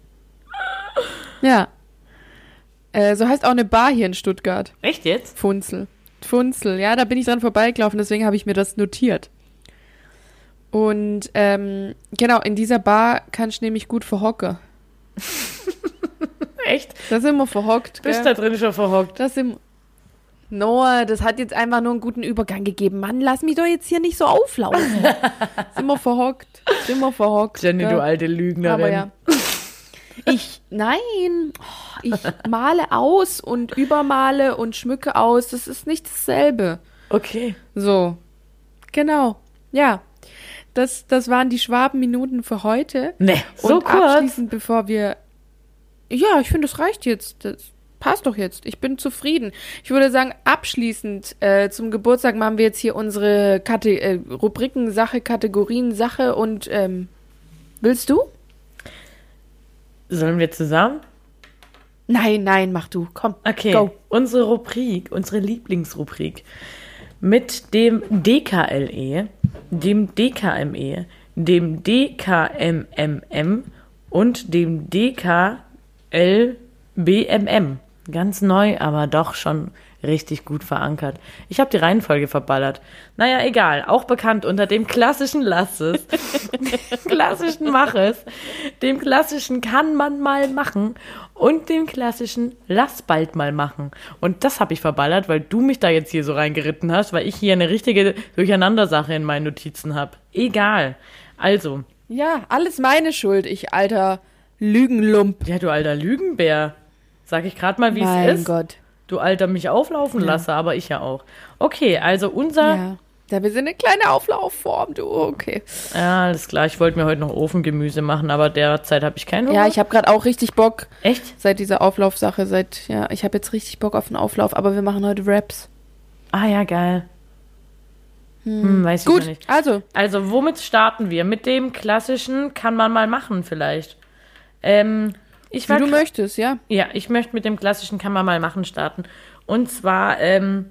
Ja. Äh, so heißt auch eine Bar hier in Stuttgart. Echt jetzt? Funzel. Funzel, ja, da bin ich dran vorbeigelaufen, deswegen habe ich mir das notiert. Und ähm, genau, in dieser Bar kannst du nämlich gut verhocken. Echt? Da sind wir verhockt, Bist gell? da drin schon verhockt? Das sind Noah, das hat jetzt einfach nur einen guten Übergang gegeben. Mann, lass mich doch jetzt hier nicht so auflaufen. Sind wir verhockt. Sind wir verhockt. Jenny, gell? du alte Lügnerin. Aber ja. Ich, nein, oh, ich male aus und übermale und schmücke aus. Das ist nicht dasselbe. Okay. So, genau, ja. Das, das waren die Schwabenminuten für heute. Ne, so und kurz. abschließend, bevor wir... Ja, ich finde, das reicht jetzt. Das passt doch jetzt. Ich bin zufrieden. Ich würde sagen, abschließend äh, zum Geburtstag machen wir jetzt hier unsere Kate äh, Rubriken, Sache, Kategorien, Sache und ähm, willst du? Sollen wir zusammen? Nein, nein, mach du. Komm, Okay, go. unsere Rubrik, unsere Lieblingsrubrik mit dem D K L E, dem D K M E, dem D K M M M und dem D K L B M M. Ganz neu, aber doch schon richtig gut verankert. Ich habe die Reihenfolge verballert. Naja, egal. Auch bekannt unter dem klassischen Lasses, klassischen Maches, dem klassischen kann man mal machen und dem klassischen lass bald mal machen. Und das habe ich verballert, weil du mich da jetzt hier so reingeritten hast, weil ich hier eine richtige Durcheinandersache in meinen Notizen habe. Egal. Also. Ja, alles meine Schuld, ich alter Lügenlump. Ja, du alter Lügenbär. Sag ich gerade mal, wie Mein es ist. Gott. Du alter mich auflaufen Ja. lasse, aber ich ja auch. Okay, also unser... Ja. Da wir sind eine kleine Auflaufform, du, okay. Ja, alles klar. Ich wollte mir heute noch Ofengemüse machen, aber derzeit habe ich keinen Hunger. Ja, ich habe gerade auch richtig Bock, Echt? seit dieser Auflaufsache, seit, ja, ich habe jetzt richtig Bock auf einen Auflauf, aber wir machen heute Raps. Ah ja, geil. Hm, weiß ich noch Gut, nicht. also, Also, womit starten wir? Mit dem klassischen kann man mal machen vielleicht. Ähm, Ich Wie war du gra- möchtest, ja. Ja, ich möchte mit dem klassischen Kann man mal machen starten. Und zwar ähm,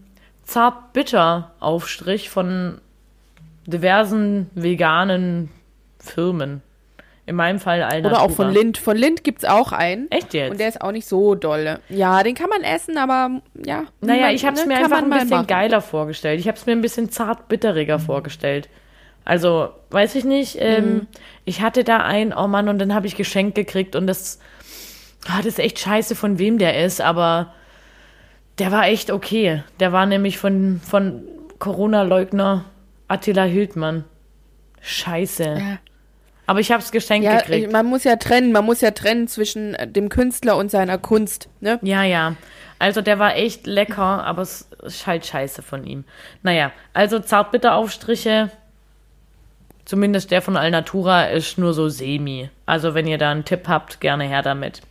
Zart-Bitter-Aufstrich von diversen veganen Firmen. In meinem Fall Alnatura. Oder auch von Lind. Von Lind gibt's auch einen. Echt jetzt? Und der ist auch nicht so dolle. Ja, den kann man essen, aber ja. Naja, man- ich habe es ne, mir kann einfach man ein mal bisschen machen. geiler vorgestellt. Ich habe es mir ein bisschen zart-bitteriger vorgestellt. Also, weiß ich nicht. Ähm, Mhm. Ich hatte da einen, oh Mann, und dann habe ich geschenkt gekriegt und das, ah, das ist echt scheiße, von wem der ist, aber der war echt okay. Der war nämlich von, von Corona-Leugner Attila Hildmann. Scheiße. Ja. Aber ich habe es geschenkt Ja, gekriegt. man muss ja trennen, man muss ja trennen zwischen äh, dem Künstler und seiner Kunst, ne? Ja, ja. Also der war echt lecker, aber es ist halt scheiße von ihm. Naja, also Zartbitteraufstriche, zumindest der von Alnatura, ist nur so semi. Also wenn ihr da einen Tipp habt, gerne her damit.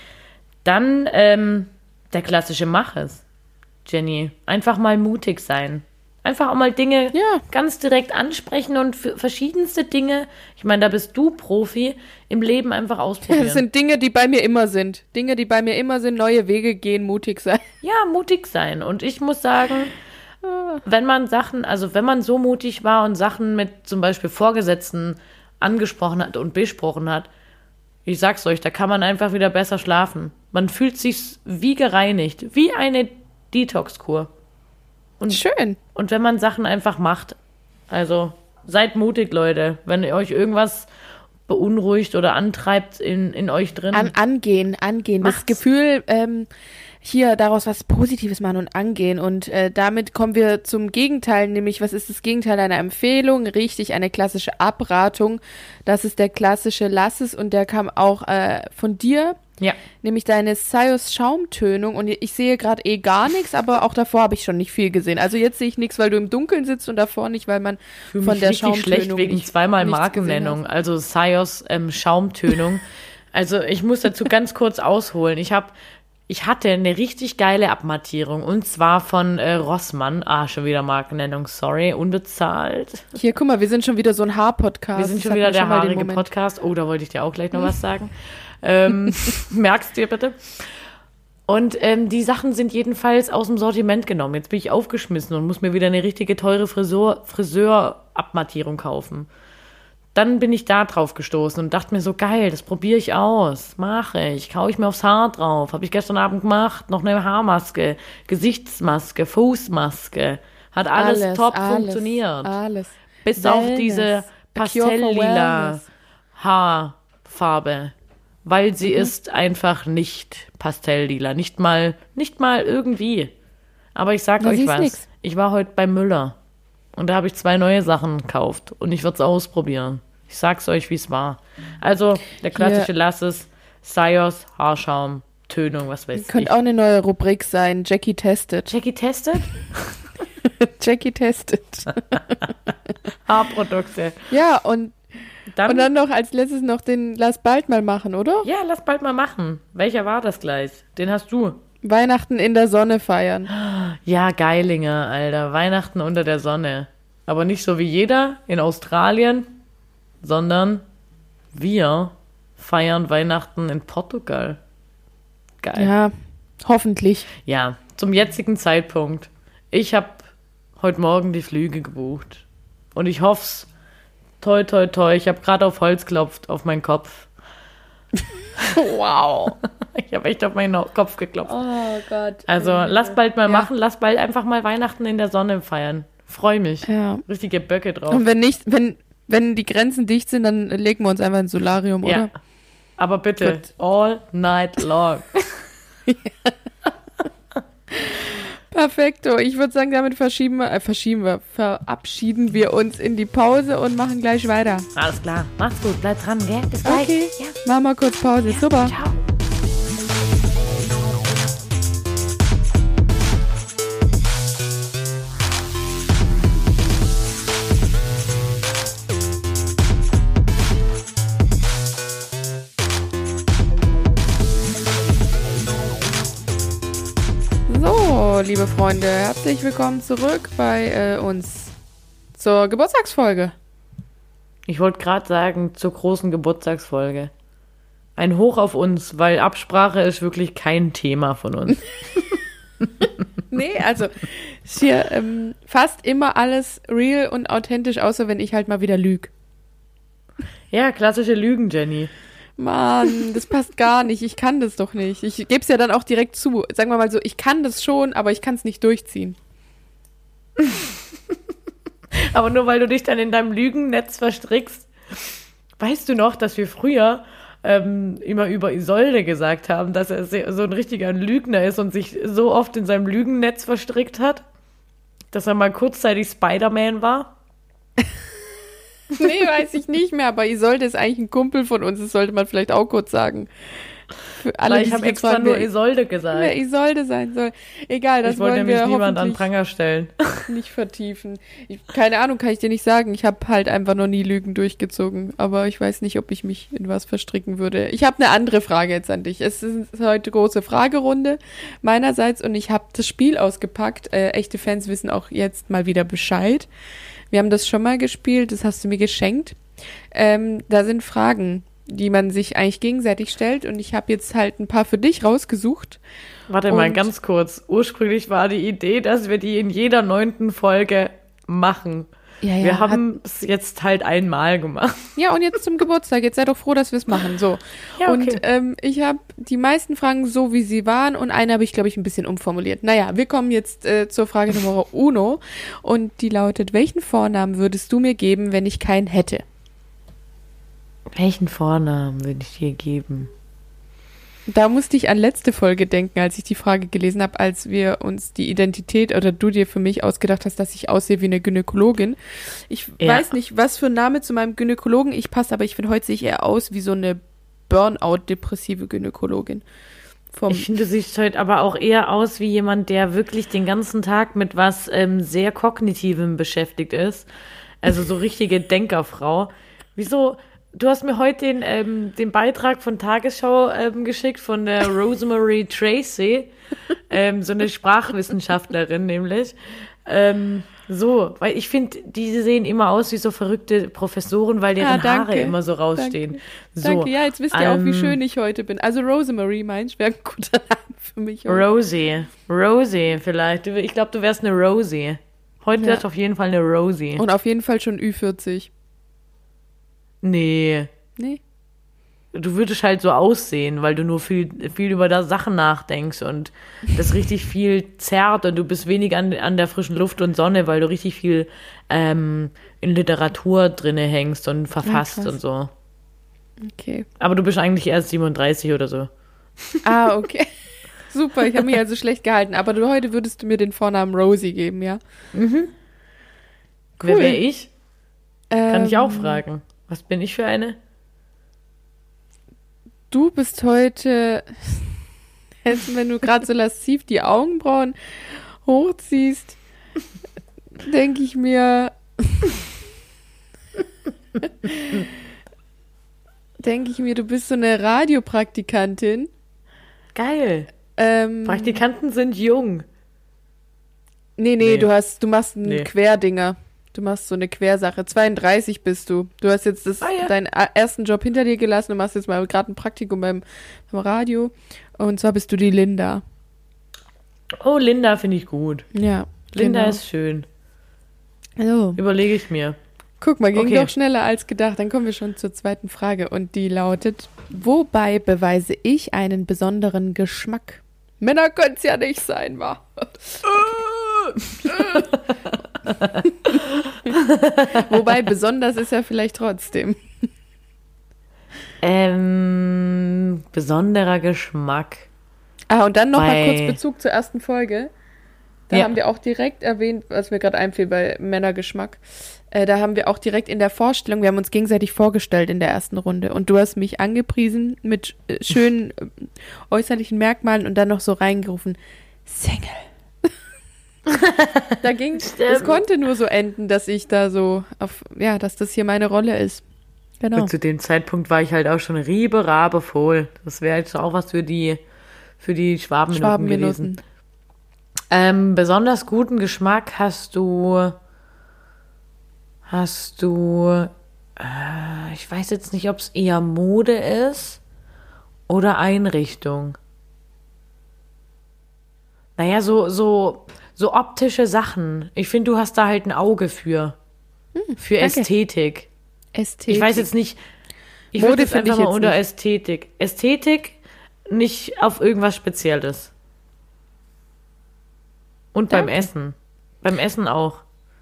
Dann ähm, der klassische Mach es, Jenny. Einfach mal mutig sein. Einfach auch mal Dinge Ja. ganz direkt ansprechen und für verschiedenste Dinge, ich meine, da bist du Profi, im Leben einfach ausprobieren. Das sind Dinge, die bei mir immer sind. Dinge, die bei mir immer sind, neue Wege gehen, mutig sein. Ja, mutig sein. Und ich muss sagen, wenn man Sachen, also wenn man so mutig war und Sachen mit zum Beispiel Vorgesetzten angesprochen hat und besprochen hat, ich sag's euch, da kann man einfach wieder besser schlafen. Man fühlt sich wie gereinigt, wie eine Detox-Kur. Und, Schön. und wenn man Sachen einfach macht, also seid mutig, Leute. Wenn ihr euch irgendwas beunruhigt oder antreibt in, in euch drin. An, angehen, angehen. Macht's. Das Gefühl, ähm, hier daraus was Positives machen und angehen. Und äh, damit kommen wir zum Gegenteil, nämlich was ist das Gegenteil einer Empfehlung? Richtig, eine klassische Abratung. Das ist der klassische Lass es und der kam auch äh, von dir, ja. nämlich deine Sios Schaumtönung. Und ich sehe gerade eh gar nichts, aber auch davor habe ich schon nicht viel gesehen. Also jetzt sehe ich nichts, weil du im Dunkeln sitzt und davor nicht, weil man Fühle von mich der richtig Schaumtönung schlecht wegen nicht, zweimal nichts Markennennung. gesehen Also Sios ähm, Schaumtönung. Also ich muss dazu ganz kurz ausholen. Ich habe, ich hatte eine richtig geile Abmattierung und zwar von äh, Rossmann. Ah, schon wieder Markennennung, sorry, unbezahlt. hast. Hier, guck mal, wir sind schon wieder so ein Haar-Podcast. Wir sind Das schon hatten wieder wir der mal den haarige Moment. Podcast. Oh, da wollte ich dir auch gleich noch was sagen. ähm, merkst dir bitte. Und ähm, die Sachen sind jedenfalls aus dem Sortiment genommen. Jetzt bin ich aufgeschmissen und muss mir wieder eine richtige teure Friseur, Friseur-Abmattierung kaufen. Dann bin ich da drauf gestoßen und dachte mir so, geil, das probiere ich aus. Mache ich, kaue ich mir aufs Haar drauf. Habe ich gestern Abend gemacht. Noch eine Haarmaske, Gesichtsmaske, Fußmaske. Hat alles, top alles, funktioniert. Alles. Bis auf Wellness. diese A cure for pastelllila wellness. Haarfarbe. Weil sie Mhm. ist einfach nicht pastelllila. Nicht mal, nicht mal irgendwie. Aber ich sag Na, euch siehst was. nix. Ich war heute bei Müller. Und da habe ich zwei neue Sachen gekauft. Und ich würde es ausprobieren. Ich sag's euch, wie es war. Also, der klassische Hier. Lass es. Sios, Haarschaum, Tönung, was weiß ich. Könnte auch eine neue Rubrik sein. Jackie testet. Jackie testet? Jackie testet. Haarprodukte. Ja, und, Dann, und dann noch als letztes noch den Lass bald mal machen, oder? ja, lass bald mal machen. Welcher war das gleich? Den hast du. Weihnachten in der Sonne feiern. Ja, Geilinger, Alter. Weihnachten unter der Sonne. Aber nicht so wie jeder in Australien, sondern wir feiern Weihnachten in Portugal. Geil. Ja, hoffentlich. Ja, zum jetzigen Zeitpunkt. Ich habe heute Morgen die Flüge gebucht. Und ich hoff's. Toi, toi, toi. Ich habe gerade auf Holz geklopft, auf meinen Kopf. Wow. Ich habe echt auf meinen Kopf geklopft. Oh Gott. Also, lass bald mal Ja. machen. Lass bald einfach mal Weihnachten in der Sonne feiern. Freu mich. Ja. Richtige Böcke drauf. Und wenn nicht, wenn, wenn die Grenzen dicht sind, dann legen wir uns einfach ins Solarium, Ja. oder? Aber bitte, Gut. all night long. Perfekto. Ich würde sagen, damit verschieben wir, äh, verschieben wir, verabschieden wir uns in die Pause und machen gleich weiter. Alles klar. Macht's gut. Bleibt dran, gell? Bis gleich. Okay. Ja. Machen wir kurz Pause. Super. Ciao. So, liebe Freunde, herzlich willkommen zurück bei äh, uns zur Geburtstagsfolge. Ich wollte gerade sagen, zur großen Geburtstagsfolge. ein Hoch auf uns, weil Absprache ist wirklich kein Thema von uns. Nee, also ist hier ähm, fast immer alles real und authentisch, außer wenn ich halt mal wieder lüge. Ja, klassische Lügen, Jenny. Mann, das passt gar nicht. Ich kann das doch nicht. Ich gebe es ja dann auch direkt zu. Sagen wir mal so, ich kann das schon, aber ich kann es nicht durchziehen. Aber nur weil du dich dann in deinem Lügennetz verstrickst. Weißt du noch, dass wir früher ähm, immer über Isolde gesagt haben, dass er sehr, so ein richtiger Lügner ist und sich so oft in seinem Lügennetz verstrickt hat, dass er mal kurzzeitig Spider-Man war? Nee, weiß ich nicht mehr, aber Isolde ist eigentlich ein Kumpel von uns, das sollte man vielleicht auch kurz sagen. Für alle, Weil die ich habe sich jetzt extra fragen, nur wer- Isolde gesagt. wer Isolde sein soll. Egal, das Ich wollte wollen nämlich wir niemand an hoffentlich Pranger stellen. nicht vertiefen. Ich, keine Ahnung, kann ich dir nicht sagen. Ich habe halt einfach noch nie Lügen durchgezogen, aber ich weiß nicht, ob ich mich in was verstricken würde. Ich habe eine andere Frage jetzt an dich. Es ist heute große Fragerunde meinerseits und ich habe das Spiel ausgepackt. Äh, echte Fans wissen auch jetzt mal wieder Bescheid. Wir haben das schon mal gespielt, das hast du mir geschenkt. Ähm, da sind Fragen, die man sich eigentlich gegenseitig stellt und ich habe jetzt halt ein paar für dich rausgesucht. Warte mal, Und- ganz kurz. Ursprünglich war die Idee, dass wir die in jeder neunten Folge machen. Ja, ja, wir haben es jetzt halt einmal gemacht. Ja, und jetzt zum Geburtstag. Jetzt sei doch froh, dass wir es machen. So. Ja, okay. Und ähm, ich habe die meisten Fragen so, wie sie waren. Und eine habe ich, glaube ich, ein bisschen umformuliert. Naja, wir kommen jetzt äh, zur Frage Nummer uno. Und die lautet, welchen Vornamen würdest du mir geben, wenn ich keinen hätte? Welchen Vornamen würde ich dir geben? Da musste ich an letzte Folge denken, als ich die Frage gelesen habe, als wir uns die Identität oder du dir für mich ausgedacht hast, dass ich aussehe wie eine Gynäkologin. Ich Ja. weiß nicht, was für ein Name zu meinem Gynäkologen ich passe, aber ich finde, heute sehe ich eher aus wie so eine Burnout-depressive Gynäkologin. Vom Ich finde, du siehst heute aber auch eher aus wie jemand, der wirklich den ganzen Tag mit was ähm, sehr Kognitivem beschäftigt ist. Also so richtige Denkerfrau. Wieso? Du hast mir heute den, ähm, den Beitrag von Tagesschau ähm, geschickt von der Rosemary Tracy, ähm, so eine Sprachwissenschaftlerin nämlich. Ähm, so, weil ich finde, die sehen immer aus wie so verrückte Professoren, weil deren Ah, danke. Haare immer so rausstehen. So, Danke, ja, jetzt wisst ihr auch, wie ähm, schön ich heute bin. Also Rosemary, meinst du, wäre ein guter Name für mich. heute. Rosie. Rosie vielleicht. Du- Ich glaube, du wärst eine Rosie. Heute Ja. wärst du auf jeden Fall eine Rosie. Und auf jeden Fall schon Ü vierzig. Nee. Nee? Du würdest halt so aussehen, weil du nur viel, viel über da Sachen nachdenkst und das richtig viel zerrt und du bist wenig an, an der frischen Luft und Sonne, weil du richtig viel ähm, in Literatur drinne hängst und verfasst krass. und so. Okay. Aber du bist eigentlich erst siebenunddreißig oder so. Ah, okay. Super, ich habe mich also schlecht gehalten. Aber du, heute würdest du mir den Vornamen Rosie geben, ja? Wer wäre ich? Kann ich auch Ähm, fragen. Was bin ich für eine? Du bist heute, jetzt, wenn du gerade so lasziv die Augenbrauen hochziehst, denke ich mir, denke ich mir, du bist so eine Radiopraktikantin. Geil. Ähm, Praktikanten sind jung. nee, nee, Nee. du hast, du machst einen Nee. Querdinger. Du machst so eine Quersache. zweiunddreißig bist du. Du hast jetzt das, Ah, ja. deinen a- ersten Job hinter dir gelassen und machst jetzt mal gerade ein Praktikum beim, beim Radio. Und zwar bist du die Linda. Oh, Linda finde ich gut. Ja. Linda genau. ist schön. So. Überlege ich mir. Guck mal, ging Okay. doch schneller als gedacht. Dann kommen wir schon zur zweiten Frage und die lautet, wobei beweise ich einen besonderen Geschmack? Männer können es ja nicht sein, wa? Wobei, besonders ist ja vielleicht trotzdem. Ähm, besonderer Geschmack. Ah, und dann noch mal Bei- kurz Bezug zur ersten Folge. Da Ja. haben wir auch direkt erwähnt, was mir gerade einfiel bei Männergeschmack. Äh, da haben wir auch direkt in der Vorstellung, wir haben uns gegenseitig vorgestellt in der ersten Runde. Und du hast mich angepriesen mit äh, schönen äh, äußerlichen Merkmalen und dann noch so reingerufen, Single. Da ging, es Stimmt. konnte nur so enden, dass ich da so auf, ja, dass das hier meine Rolle ist. Genau. Und zu dem Zeitpunkt war ich halt auch schon Riebe, Rabe, Fohl. Das wäre jetzt auch was für die, für die Schwabenminuten, Schwabenminuten. gewesen. Ähm, besonders guten Geschmack hast du, hast du, äh, ich weiß jetzt nicht, ob es eher Mode ist Oder Einrichtung. Naja, so, so, so optische Sachen. Ich finde, du hast da halt ein Auge für. Hm, für danke. Ästhetik. Ästhetik. Ich weiß jetzt nicht, ich Mode würde jetzt finde einfach ich mal jetzt unter nicht. Ästhetik. Ästhetik, nicht auf irgendwas Spezielles. Und beim Danke. Essen. Beim Essen auch.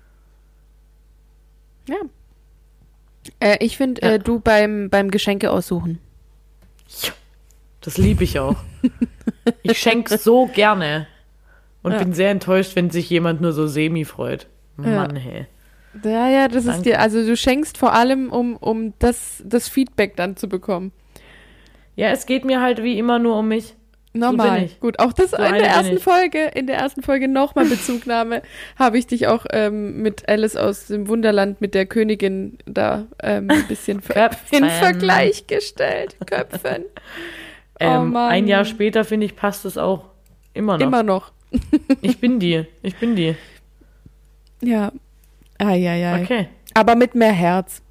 Ja. Äh, ich finde, Ja. äh, du beim, beim Geschenke aussuchen. Ja, das liebe ich auch. Ich schenke so gerne. Und Ja. bin sehr enttäuscht, wenn sich jemand nur so semi freut. Ja. Mann, hey. Ja, ja, das ist Danke. dir, also du schenkst vor allem, um, um das, das Feedback dann zu bekommen. Ja, es geht mir halt wie immer nur um mich. Normal. bin ich. Gut, auch das So in eine der bin ersten ich. Folge, in der ersten Folge nochmal Bezugnahme, habe ich dich auch ähm, mit Alice aus dem Wunderland mit der Königin da ähm, ein bisschen ver Köpfen. in Vergleich gestellt. Köpfen. Ähm, Oh Mann. ein Jahr später, finde ich, passt es auch immer noch. Immer noch. Ich bin die. Ich bin die. Ja. Eieiei. Okay. Aber mit mehr Herz.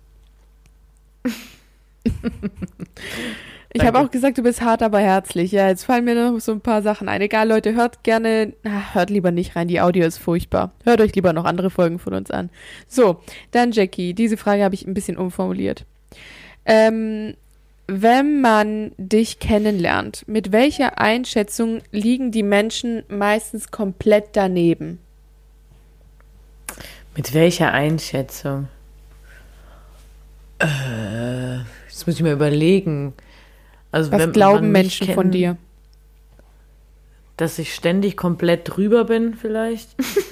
Ich habe Danke. auch gesagt, du bist hart, aber herzlich. Ja, jetzt fallen mir noch so ein paar Sachen ein. Egal, Leute, hört gerne, ah, hört lieber nicht rein, die Audio ist furchtbar. Hört euch lieber noch andere Folgen von uns an. So, dann Jackie, diese Frage habe ich ein bisschen umformuliert. Ähm, wenn man dich kennenlernt, mit welcher Einschätzung liegen die Menschen meistens komplett daneben? Mit welcher Einschätzung? Äh, jetzt muss ich mal überlegen. Also, Was wenn glauben man mich Menschen von kennt, dir? Dass ich ständig komplett drüber bin, vielleicht?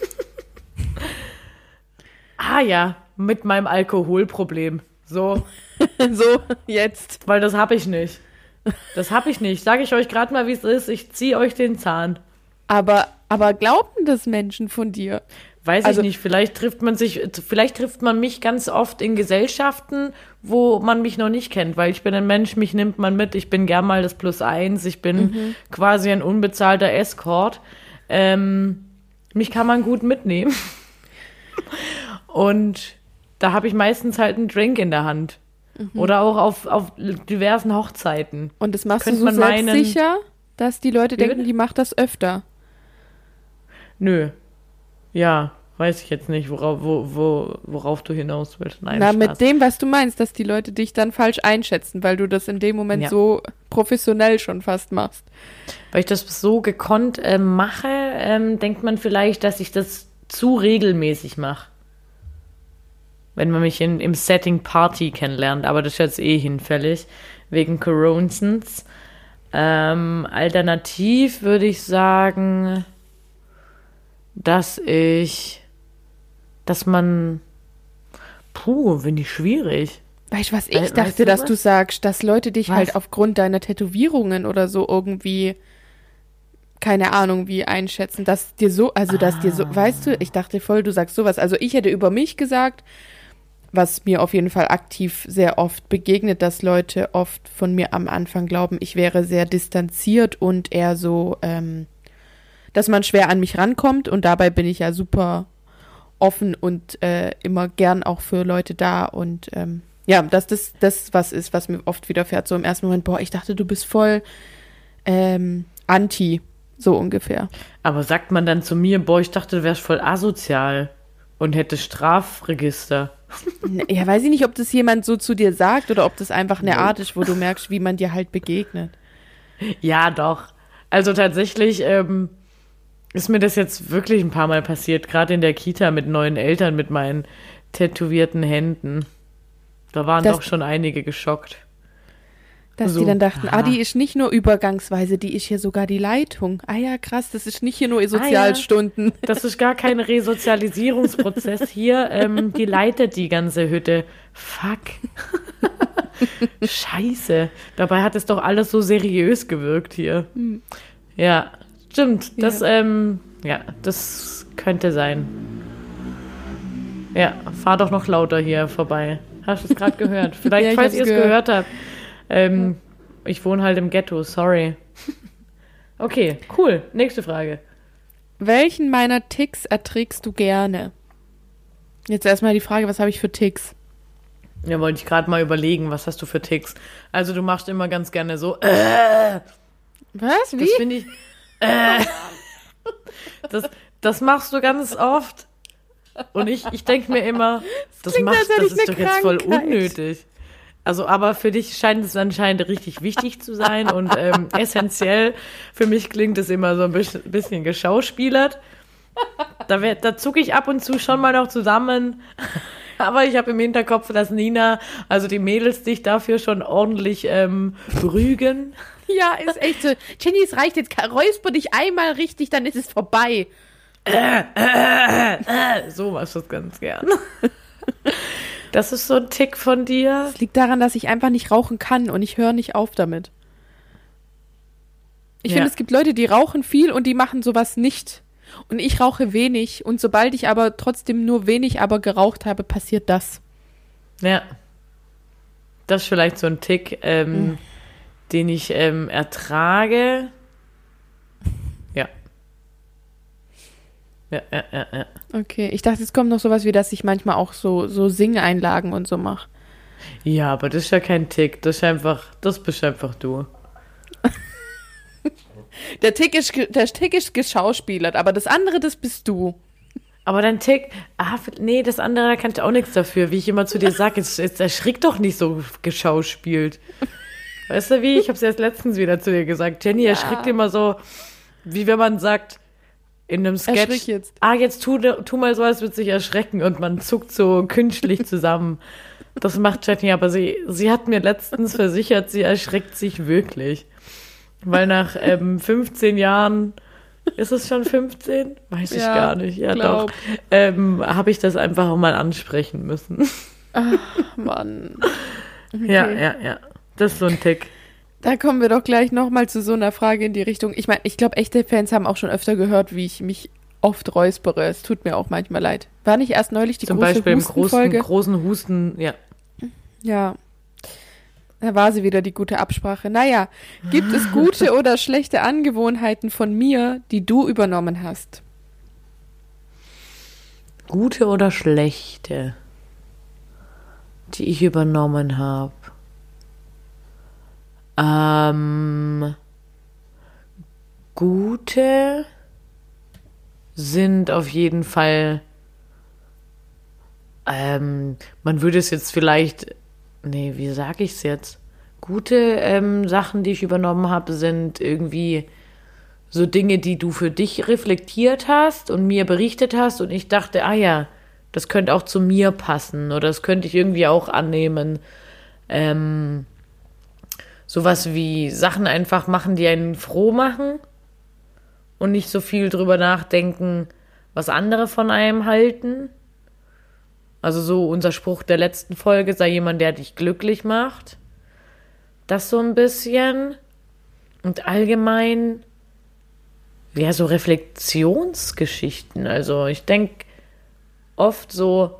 Ah ja, mit meinem Alkoholproblem. So, So, jetzt. weil das habe ich nicht. Das habe ich nicht. Sage ich euch gerade mal, wie es ist. Ich ziehe euch den Zahn. Aber, aber glauben das Menschen von dir? Weiß Also- ich nicht. Vielleicht trifft man sich, vielleicht trifft man mich ganz oft in Gesellschaften, wo man mich noch nicht kennt, weil ich bin ein Mensch, mich nimmt man mit. Ich bin gern mal das Plus eins. Ich bin quasi ein unbezahlter Escort. Ähm, mich kann man gut mitnehmen. Und da habe ich meistens halt einen Drink in der Hand. Oder auch auf, auf diversen Hochzeiten. Und das machst Könnte du so man meinen- selbstsicher, dass die Leute Wie denken, bitte? die macht das öfter. Nö. Ja, weiß ich jetzt nicht, worauf, wo, wo, worauf du hinaus willst. Nein, Na, Spaß. mit dem, was du meinst, dass die Leute dich dann falsch einschätzen, weil du das in dem Moment Ja. so professionell schon fast machst. Weil ich das so gekonnt äh, mache, ähm, denkt man vielleicht, dass ich das zu regelmäßig mache. Wenn man mich in, im Setting Party kennenlernt. Aber das ist jetzt eh hinfällig, wegen Coronasens. Ähm, alternativ würde ich sagen, dass ich, dass man, puh, finde ich schwierig. Weißt du, was ich We- weißt dachte, du dass was? du sagst, dass Leute dich Was? halt aufgrund deiner Tätowierungen oder so irgendwie, keine Ahnung, wie einschätzen, dass dir so, also dass dir so, Ah. weißt du, ich dachte voll, du sagst sowas. Also ich hätte über mich gesagt, was mir auf jeden Fall aktiv sehr oft begegnet, dass Leute oft von mir am Anfang glauben, ich wäre sehr distanziert und eher so, ähm, dass man schwer an mich rankommt und dabei bin ich ja super offen und äh, immer gern auch für Leute da und ähm, ja, dass das das was ist, was mir oft widerfährt, so im ersten Moment, boah, ich dachte, du bist voll ähm, anti, so ungefähr. Aber sagt man dann zu mir, boah, ich dachte, du wärst voll asozial und hätte Strafregister. Ja, weiß ich nicht, ob das jemand so zu dir sagt oder ob das einfach eine Art ist, wo du merkst, wie man dir halt begegnet. Ja, doch. Also tatsächlich ähm, ist mir das jetzt wirklich ein paar Mal passiert, gerade in der Kita mit neuen Eltern, mit meinen tätowierten Händen. Da waren Das- doch schon einige geschockt. Dass So, die dann dachten, aha. ah, die ist nicht nur übergangsweise, die ist hier sogar die Leitung. Ah ja, krass, das ist nicht hier nur ja. Sozialstunden. Das ist gar kein Resozialisierungsprozess hier. Ähm, die leitet die ganze Hütte. Fuck. Scheiße. Dabei hat es doch alles so seriös gewirkt hier. Ja, stimmt. Das, ähm, ja, das könnte sein. Ja, fahr doch noch lauter hier vorbei. Hast du es gerade gehört? Vielleicht, Ja, ich falls hab's ihr es gehört. gehört habt. Ähm, ich wohne halt im Ghetto, sorry. Okay, cool. Nächste Frage. Welchen meiner Ticks erträgst du gerne? Jetzt erstmal die Frage, was habe ich für Ticks? Ja, wollte ich gerade mal überlegen, was hast du für Ticks? Also du machst immer ganz gerne so, äh, Was? Wie? das finde ich, äh, das, das machst du ganz oft. Und ich, ich denke mir immer, das, klingt, machst, als hätte das ich ist eine doch jetzt voll Krankheit. unnötig. Also, aber für dich scheint es anscheinend richtig wichtig zu sein und ähm, essentiell. Für mich klingt es immer so ein bisschen, bisschen geschauspielert. Da, wär- da zucke ich ab und zu schon mal noch zusammen. Aber ich habe im Hinterkopf, dass Nina, also die Mädels, dich dafür schon ordentlich ähm, rügen. Ja, ist echt so. Jenny, es reicht jetzt. Räusper dich einmal richtig, dann ist es vorbei. So machst du es ganz gern. Das ist so ein Tick von dir. Es liegt daran, dass ich einfach nicht rauchen kann und ich höre nicht auf damit. Ich Ja. finde, es gibt Leute, die rauchen viel und die machen sowas nicht. Und ich rauche wenig. Und sobald ich aber trotzdem nur wenig aber geraucht habe, passiert das. Ja. Das ist vielleicht so ein Tick, ähm, den ich ähm, ertrage. Ja. Ja, ja, ja, ja. Okay, ich dachte, es kommt noch sowas wie, dass ich manchmal auch so, so Singeinlagen und so mache. Ja, aber das ist ja kein Tick. Das ist einfach, das bist einfach du. Der Tick ist, ge- der Tick ist geschauspielert, aber das andere, das bist du. Aber dein Tick, ah, nee, das andere, da kann ich auch nichts dafür. Wie ich immer zu dir sage, jetzt, jetzt erschrick doch nicht so geschauspielt. Weißt du wie? Ich habe es erst letztens wieder zu dir gesagt. Jenny erschrickt immer so, wie wenn man sagt, in einem Sketch, Erschrick jetzt. ah, jetzt tu, tu mal so, als würde sich erschrecken und man zuckt so künstlich zusammen. Das macht Jenny, aber sie, sie hat mir letztens versichert, sie erschreckt sich wirklich. Weil nach ähm, fünfzehn Jahren, ist es schon fünfzehn? Weiß ich Ja, gar nicht. Ja, glaub. doch. Ähm, habe ich das einfach auch mal ansprechen müssen. Mann. Ja, ja, ja. Das ist so ein Tick. Da kommen wir doch gleich nochmal zu so einer Frage in die Richtung. Ich meine, ich glaube, echte Fans haben auch schon öfter gehört, wie ich mich oft räuspere. Es tut mir auch manchmal leid. War nicht erst neulich die Zum große Beispiel im großen, Hustenfolge? großen Husten, ja. Ja. Da war sie wieder, die gute Absprache. Naja, gibt es gute oder schlechte Angewohnheiten von mir, die du übernommen hast? Gute oder schlechte, die ich übernommen habe. Ähm, gute sind auf jeden Fall, ähm, man würde es jetzt vielleicht, nee, wie sage ich es jetzt? Gute ähm, Sachen, die ich übernommen habe, sind irgendwie so Dinge, die du für dich reflektiert hast und mir berichtet hast und ich dachte, ah ja, das könnte auch zu mir passen oder das könnte ich irgendwie auch annehmen. Ähm, sowas wie Sachen einfach machen, die einen froh machen und nicht so viel drüber nachdenken, was andere von einem halten. Also so unser Spruch der letzten Folge, sei jemand, der dich glücklich macht. Das so ein bisschen. Und allgemein, ja, so Reflexionsgeschichten. Also ich denke oft so,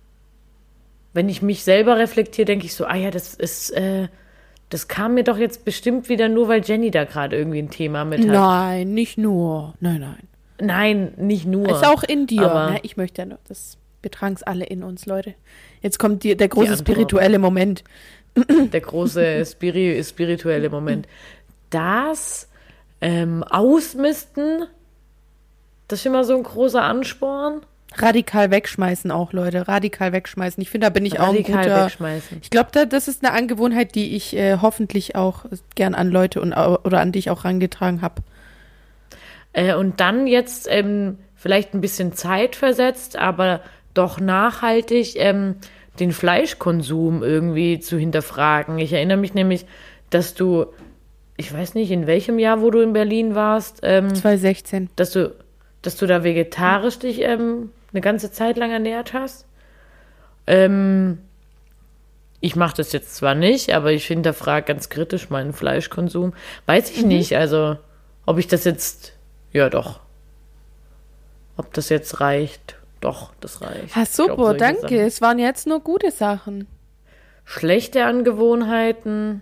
wenn ich mich selber reflektiere, denke ich so, ah ja, das ist, äh, das kam mir doch jetzt bestimmt wieder nur, weil Jenny da gerade irgendwie ein Thema mit hat. Nein, nicht nur. Nein, nein. Nein, nicht nur. Ist auch in dir. Aber- Na, ich möchte ja noch, das wir tragen es alle in uns, Leute. Jetzt kommt die, der große Antwort. spirituelle Moment. Der große spiri spirituelle Moment. Das ähm, Ausmisten, das ist immer so ein großer Ansporn. Radikal wegschmeißen auch, Leute. Radikal wegschmeißen. Ich finde, da bin ich auch ein Radikal guter... wegschmeißen. Ich glaube, da, das ist eine Angewohnheit, die ich äh, hoffentlich auch gern an Leute und oder an die ich auch rangetragen habe. Äh, und dann jetzt ähm, vielleicht ein bisschen Zeit versetzt, aber doch nachhaltig ähm, den Fleischkonsum irgendwie zu hinterfragen. Ich erinnere mich nämlich, dass du, ich weiß nicht, in welchem Jahr, wo du in Berlin warst, ähm, zwanzig sechzehn. dass du, dass du da vegetarisch dich ähm, eine ganze Zeit lang ernährt hast. Ähm, ich mache das jetzt zwar nicht, aber ich hinterfrage ganz kritisch meinen Fleischkonsum. Weiß ich nicht, also ob ich das jetzt, ja doch, ob das jetzt reicht. Doch, das reicht. Ah, Ich glaub, super, solche danke. Sachen. Es waren jetzt nur gute Sachen. Schlechte Angewohnheiten,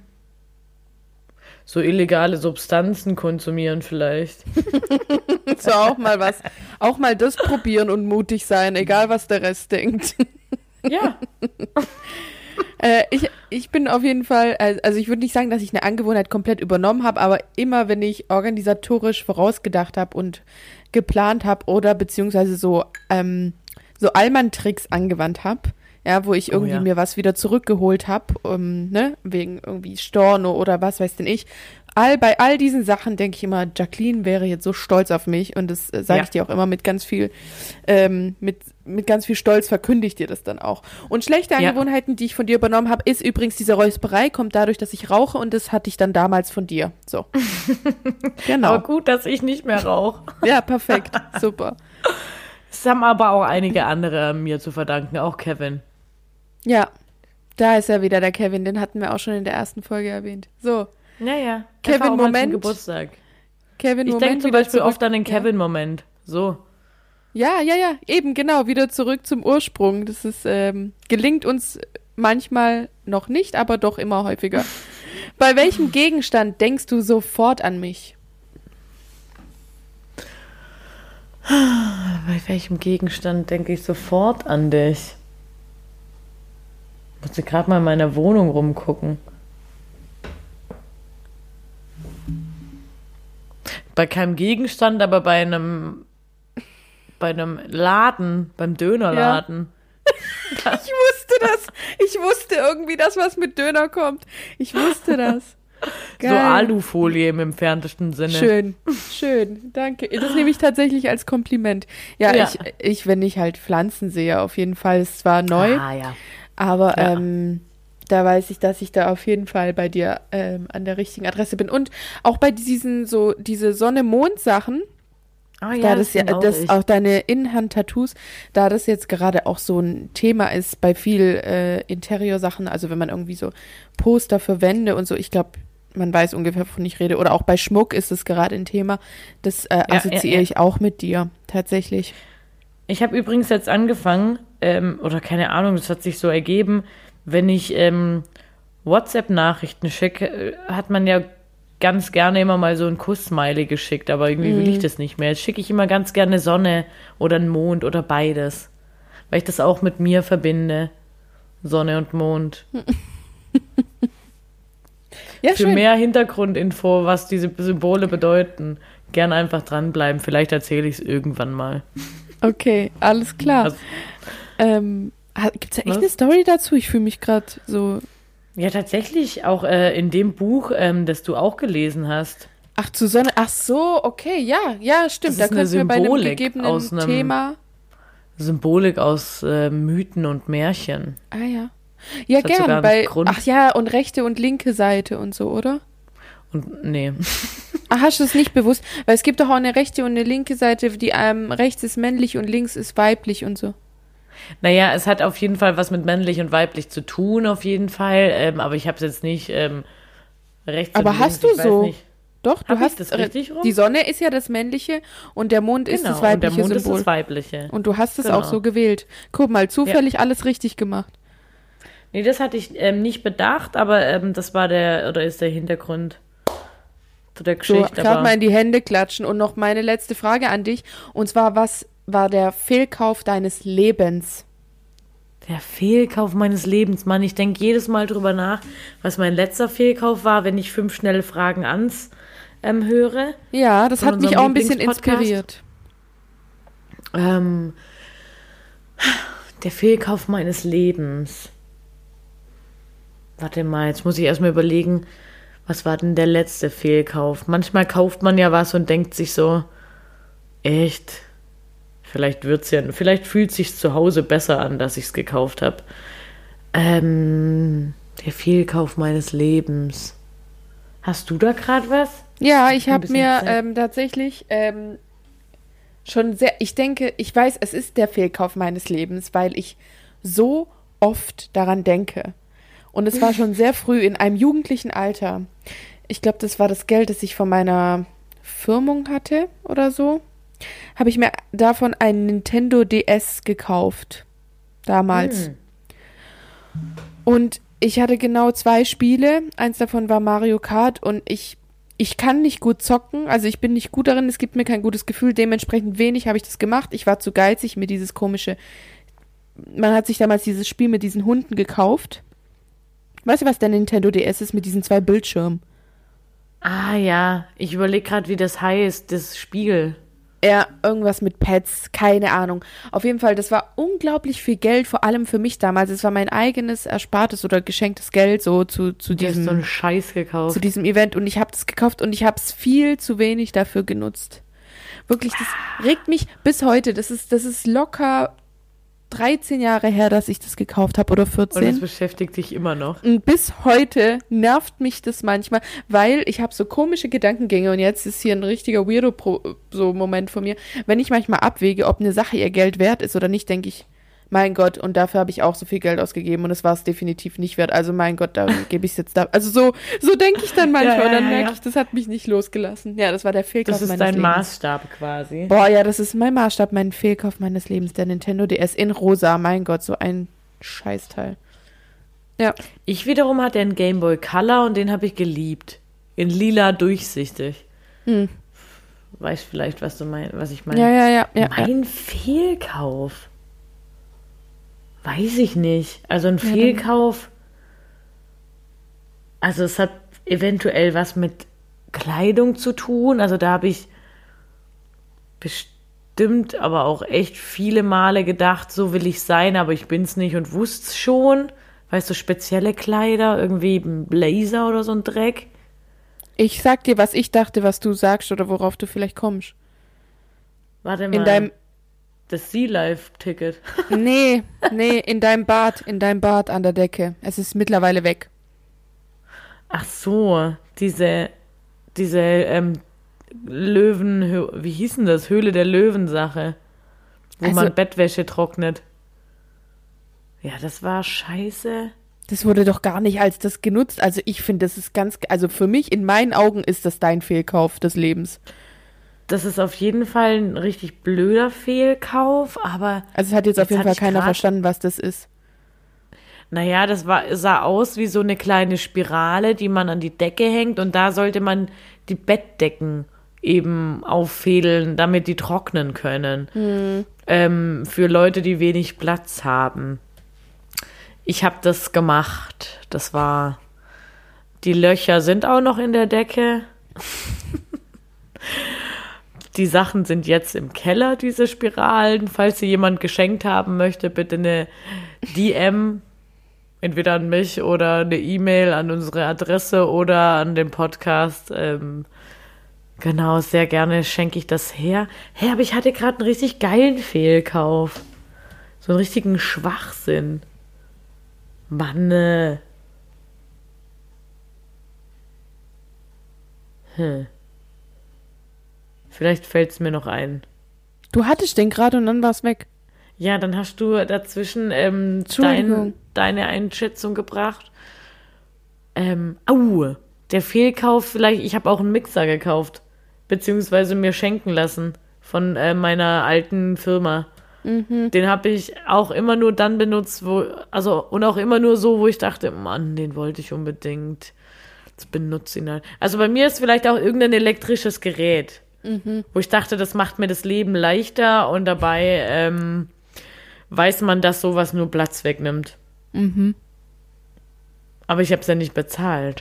so illegale Substanzen konsumieren vielleicht. So auch mal was, auch mal das probieren und mutig sein, egal was der Rest denkt. Ja. äh, ich, ich bin auf jeden Fall, also ich würde nicht sagen, dass ich eine Angewohnheit komplett übernommen habe, aber immer, wenn ich organisatorisch vorausgedacht habe und geplant habe oder beziehungsweise so, ähm, so Allmann-Tricks angewandt habe, ja, wo ich irgendwie oh, ja. mir was wieder zurückgeholt habe, um, ne, wegen irgendwie Storno oder was weiß denn ich. All, bei all diesen Sachen denke ich immer, Jacqueline wäre jetzt so stolz auf mich und das äh, sage Ja. ich dir auch immer mit ganz viel, ähm, mit, mit ganz viel Stolz verkünde ich dir das dann auch. Und schlechte Ja. Angewohnheiten, die ich von dir übernommen habe, ist übrigens diese Räusperei, kommt dadurch, dass ich rauche und das hatte ich dann damals von dir. So. Genau. Aber gut, dass ich nicht mehr rauche. Ja, perfekt. Super. Das haben aber auch einige andere mir zu verdanken, auch Kevin. Ja, da ist ja wieder der Kevin, den hatten wir auch schon in der ersten Folge erwähnt. So, Naja, Kevin, Moment. Geburtstag. Kevin, Ich Moment. denke zum wieder Beispiel zurück- oft an den Ja. Kevin-Moment. So. Ja, ja, ja, eben, genau, wieder zurück zum Ursprung. Das ist, ähm, gelingt uns manchmal noch nicht, aber doch immer häufiger. Bei welchem Gegenstand denkst du sofort an mich? Bei welchem Gegenstand denke ich sofort an dich? Ich musste gerade mal in meiner Wohnung rumgucken. Bei keinem Gegenstand, aber bei einem bei einem Laden, beim Dönerladen. Ich wusste das. Ich wusste irgendwie, dass was mit Döner kommt. Ich wusste das. So Alufolie im entferntesten Sinne. Schön, schön, danke. Das nehme ich tatsächlich als Kompliment. Ja, Ja. Ich, ich, wenn ich halt Pflanzen sehe, auf jeden Fall, es war neu, Ah, ja. aber Ja. ähm, da weiß ich, dass ich da auf jeden Fall bei dir ähm, an der richtigen Adresse bin. Und auch bei diesen so, diese Sonne-Mond-Sachen, Ah, ja, da das ja, bin auch das ich. auch deine Innenhand-Tattoos, da das jetzt gerade auch so ein Thema ist bei viel äh, Interior-Sachen, also wenn man irgendwie so Poster für Wände und so, ich glaube, man weiß ungefähr, wovon ich rede, oder auch bei Schmuck ist es gerade ein Thema, das äh, assoziiere ja. ich auch mit dir, tatsächlich. Ich habe übrigens jetzt angefangen, ähm, oder keine Ahnung, das hat sich so ergeben, wenn ich ähm, WhatsApp-Nachrichten schicke, äh, hat man ja ganz gerne immer mal so ein Kuss-Smiley geschickt, aber irgendwie will ich das nicht mehr. Jetzt schicke ich immer ganz gerne Sonne oder einen Mond oder beides, weil ich das auch mit mir verbinde. Sonne und Mond. Ja, Für schön. mehr Hintergrundinfo, was diese Symbole bedeuten, gerne einfach dranbleiben. Vielleicht erzähle ich es irgendwann mal. Okay, alles klar. Also, ähm, Gibt es da echt Was? eine Story dazu? Ich fühle mich gerade so... ja, tatsächlich auch äh, in dem Buch, ähm, das du auch gelesen hast. Ach, zu Sonne. Ach so, okay, ja, ja, stimmt. Das Da ist eine könnten wir bei einem Symbolik gegebenen aus einem- Thema... Symbolik aus äh, Mythen und Märchen. Ah ja. Ja, Das hat sogar gern. einen Bei, Grund. ach ja, und rechte und linke Seite und so, oder? Und nee. Ach, hast du es nicht bewusst? Weil es gibt doch auch eine rechte und eine linke Seite, die ähm, rechts ist männlich und links ist weiblich und so. Naja, es hat auf jeden Fall was mit männlich und weiblich zu tun, auf jeden Fall. Ähm, aber ich habe es jetzt nicht ähm, rechts Aber und hast links, du ich weiß so? nicht. Doch, du Hab ich hast das äh, richtig rum? Die Sonne ist ja das männliche und der Mond ist Genau, das weibliche und der Mond Symbol. ist das weibliche. Und du hast es Genau. auch so gewählt. Guck mal, zufällig alles richtig gemacht. Nee, das hatte ich ähm, nicht bedacht, aber ähm, das war der, oder ist der Hintergrund zu der So, Geschichte. gerade aber mal in die Hände klatschen. Und noch meine letzte Frage an dich. Und zwar, was war der Fehlkauf deines Lebens? der Fehlkauf meines Lebens, Mann. Ich denke jedes Mal drüber nach, was mein letzter Fehlkauf war, wenn ich fünf schnelle Fragen ans ähm, höre. Ja, das Von hat mich unserem auch ein bisschen Lieblingspodcast. inspiriert. Ähm, der Fehlkauf meines Lebens. Warte mal, jetzt muss ich erstmal überlegen, was war denn der letzte Fehlkauf? Manchmal kauft man ja was und denkt sich so, echt, vielleicht wird's ja, vielleicht fühlt sich's zu Hause besser an, dass ich's gekauft habe. Ähm, der Fehlkauf meines Lebens. Hast du da gerade was? Ja, ich Ein habe bisschen mir Zeit. ähm, tatsächlich ähm, schon sehr, ich denke, ich weiß, es ist der Fehlkauf meines Lebens, weil ich so oft daran denke. Und es war schon sehr früh in einem jugendlichen Alter. Ich glaube, das war das Geld, das ich von meiner Firmung hatte oder so. Habe ich mir davon einen Nintendo D S gekauft. Damals. Hm. Und ich hatte genau zwei Spiele. Eins davon war Mario Kart und ich, ich kann nicht gut zocken. Also ich bin nicht gut darin. Es gibt mir kein gutes Gefühl. Dementsprechend wenig habe ich das gemacht. Ich war zu geizig, mir dieses komische... Man hat sich damals dieses Spiel mit diesen Hunden gekauft. Weißt du, was der Nintendo D S ist mit diesen zwei Bildschirmen? Ah ja, ich überlege gerade, wie das heißt, das Spiel. Ja, irgendwas mit Pets, keine Ahnung. Auf jeden Fall, das war unglaublich viel Geld, vor allem für mich damals. Es war mein eigenes erspartes oder geschenktes Geld so zu, zu Du hast diesem so einen Scheiß gekauft. zu diesem Event und ich habe das gekauft und ich habe es viel zu wenig dafür genutzt. Wirklich, das regt mich bis heute. Das ist, das ist locker dreizehn Jahre her, dass ich das gekauft habe oder Und das vierzehn. beschäftigt dich immer noch. Und bis heute nervt mich das manchmal, weil ich habe so komische Gedankengänge und jetzt ist hier ein richtiger Weirdo-Moment von mir. Wenn ich manchmal abwäge, ob eine Sache ihr Geld wert ist oder nicht, denke ich, mein Gott, und dafür habe ich auch so viel Geld ausgegeben und es war es definitiv nicht wert. Also mein Gott, da gebe ich es jetzt da. Also so, so denke ich dann manchmal Ja, ja, und dann ja, merke ja. ich, das hat mich nicht losgelassen. Ja, das war der Fehlkauf Das ist meines dein Lebens. Maßstab quasi. Boah, ja, das ist mein Maßstab, mein Fehlkauf meines Lebens, der Nintendo D S in rosa. Mein Gott, so ein Scheißteil. Ja. Ich wiederum hatte einen Game Boy Color und den habe ich geliebt. In lila durchsichtig. Hm. Weißt vielleicht, was du mein, was ich meine? Ja, ja, ja. ja, ja. Mein Fehlkauf. Weiß ich nicht. Also ein Ja, dann- Fehlkauf. Also es hat eventuell was mit Kleidung zu tun. Also da habe ich bestimmt, aber auch echt viele Male gedacht, so will ich sein, aber ich bin's nicht und wusste es schon. Weißt du, spezielle Kleider, irgendwie ein Blazer oder so ein Dreck. Ich sag dir, was ich dachte, was du sagst oder worauf du vielleicht kommst. Warte mal. In deinem, Das Sea Life Ticket. nee, nee, in deinem Bad, in deinem Bad an der Decke. Es ist mittlerweile weg. Ach so, diese, diese ähm, Löwen, wie hieß denn das? Höhle der Löwen-Sache. Wo Also- man Bettwäsche trocknet. Ja, das war scheiße. Das wurde doch gar nicht als das genutzt. Also ich finde, das ist ganz, also für mich, in meinen Augen ist das dein Fehlkauf des Lebens. Das ist auf jeden Fall ein richtig blöder Fehlkauf, aber Also es hat jetzt, auf Jetzt jeden hatte Fall ich keiner grad- verstanden, was das ist. naja, das war, sah aus wie so eine kleine Spirale, die man an die Decke hängt und da sollte man die Bettdecken eben auffädeln, damit die trocknen können. Ähm, für Leute, die wenig Platz haben. Ich habe das gemacht. Das war. Die Löcher sind auch noch in der Decke. Die Sachen sind jetzt im Keller, diese Spiralen. Falls sie jemand geschenkt haben möchte, bitte eine D M. Entweder an mich oder eine E-Mail an unsere Adresse oder an den Podcast. Ähm, genau, sehr gerne schenke ich das her. Hey, aber ich hatte gerade einen richtig geilen Fehlkauf. So einen richtigen Schwachsinn. Mann. äh. Hm. Vielleicht fällt es mir noch ein. Du hattest den gerade und dann war es weg. Ja, dann hast du dazwischen ähm, Entschuldigung. dein, deine Einschätzung gebracht. Ähm, au, der Fehlkauf vielleicht, ich habe auch einen Mixer gekauft, beziehungsweise mir schenken lassen von äh, meiner alten Firma. Den habe ich auch immer nur dann benutzt, wo, also und auch immer nur so, wo ich dachte, Mann, den wollte ich unbedingt. Jetzt benutze ihn halt. Also bei mir ist vielleicht auch irgendein elektrisches Gerät, wo ich dachte, das macht mir das Leben leichter und dabei ähm, weiß man, dass sowas nur Platz wegnimmt. Mhm. Aber ich habe es ja nicht bezahlt.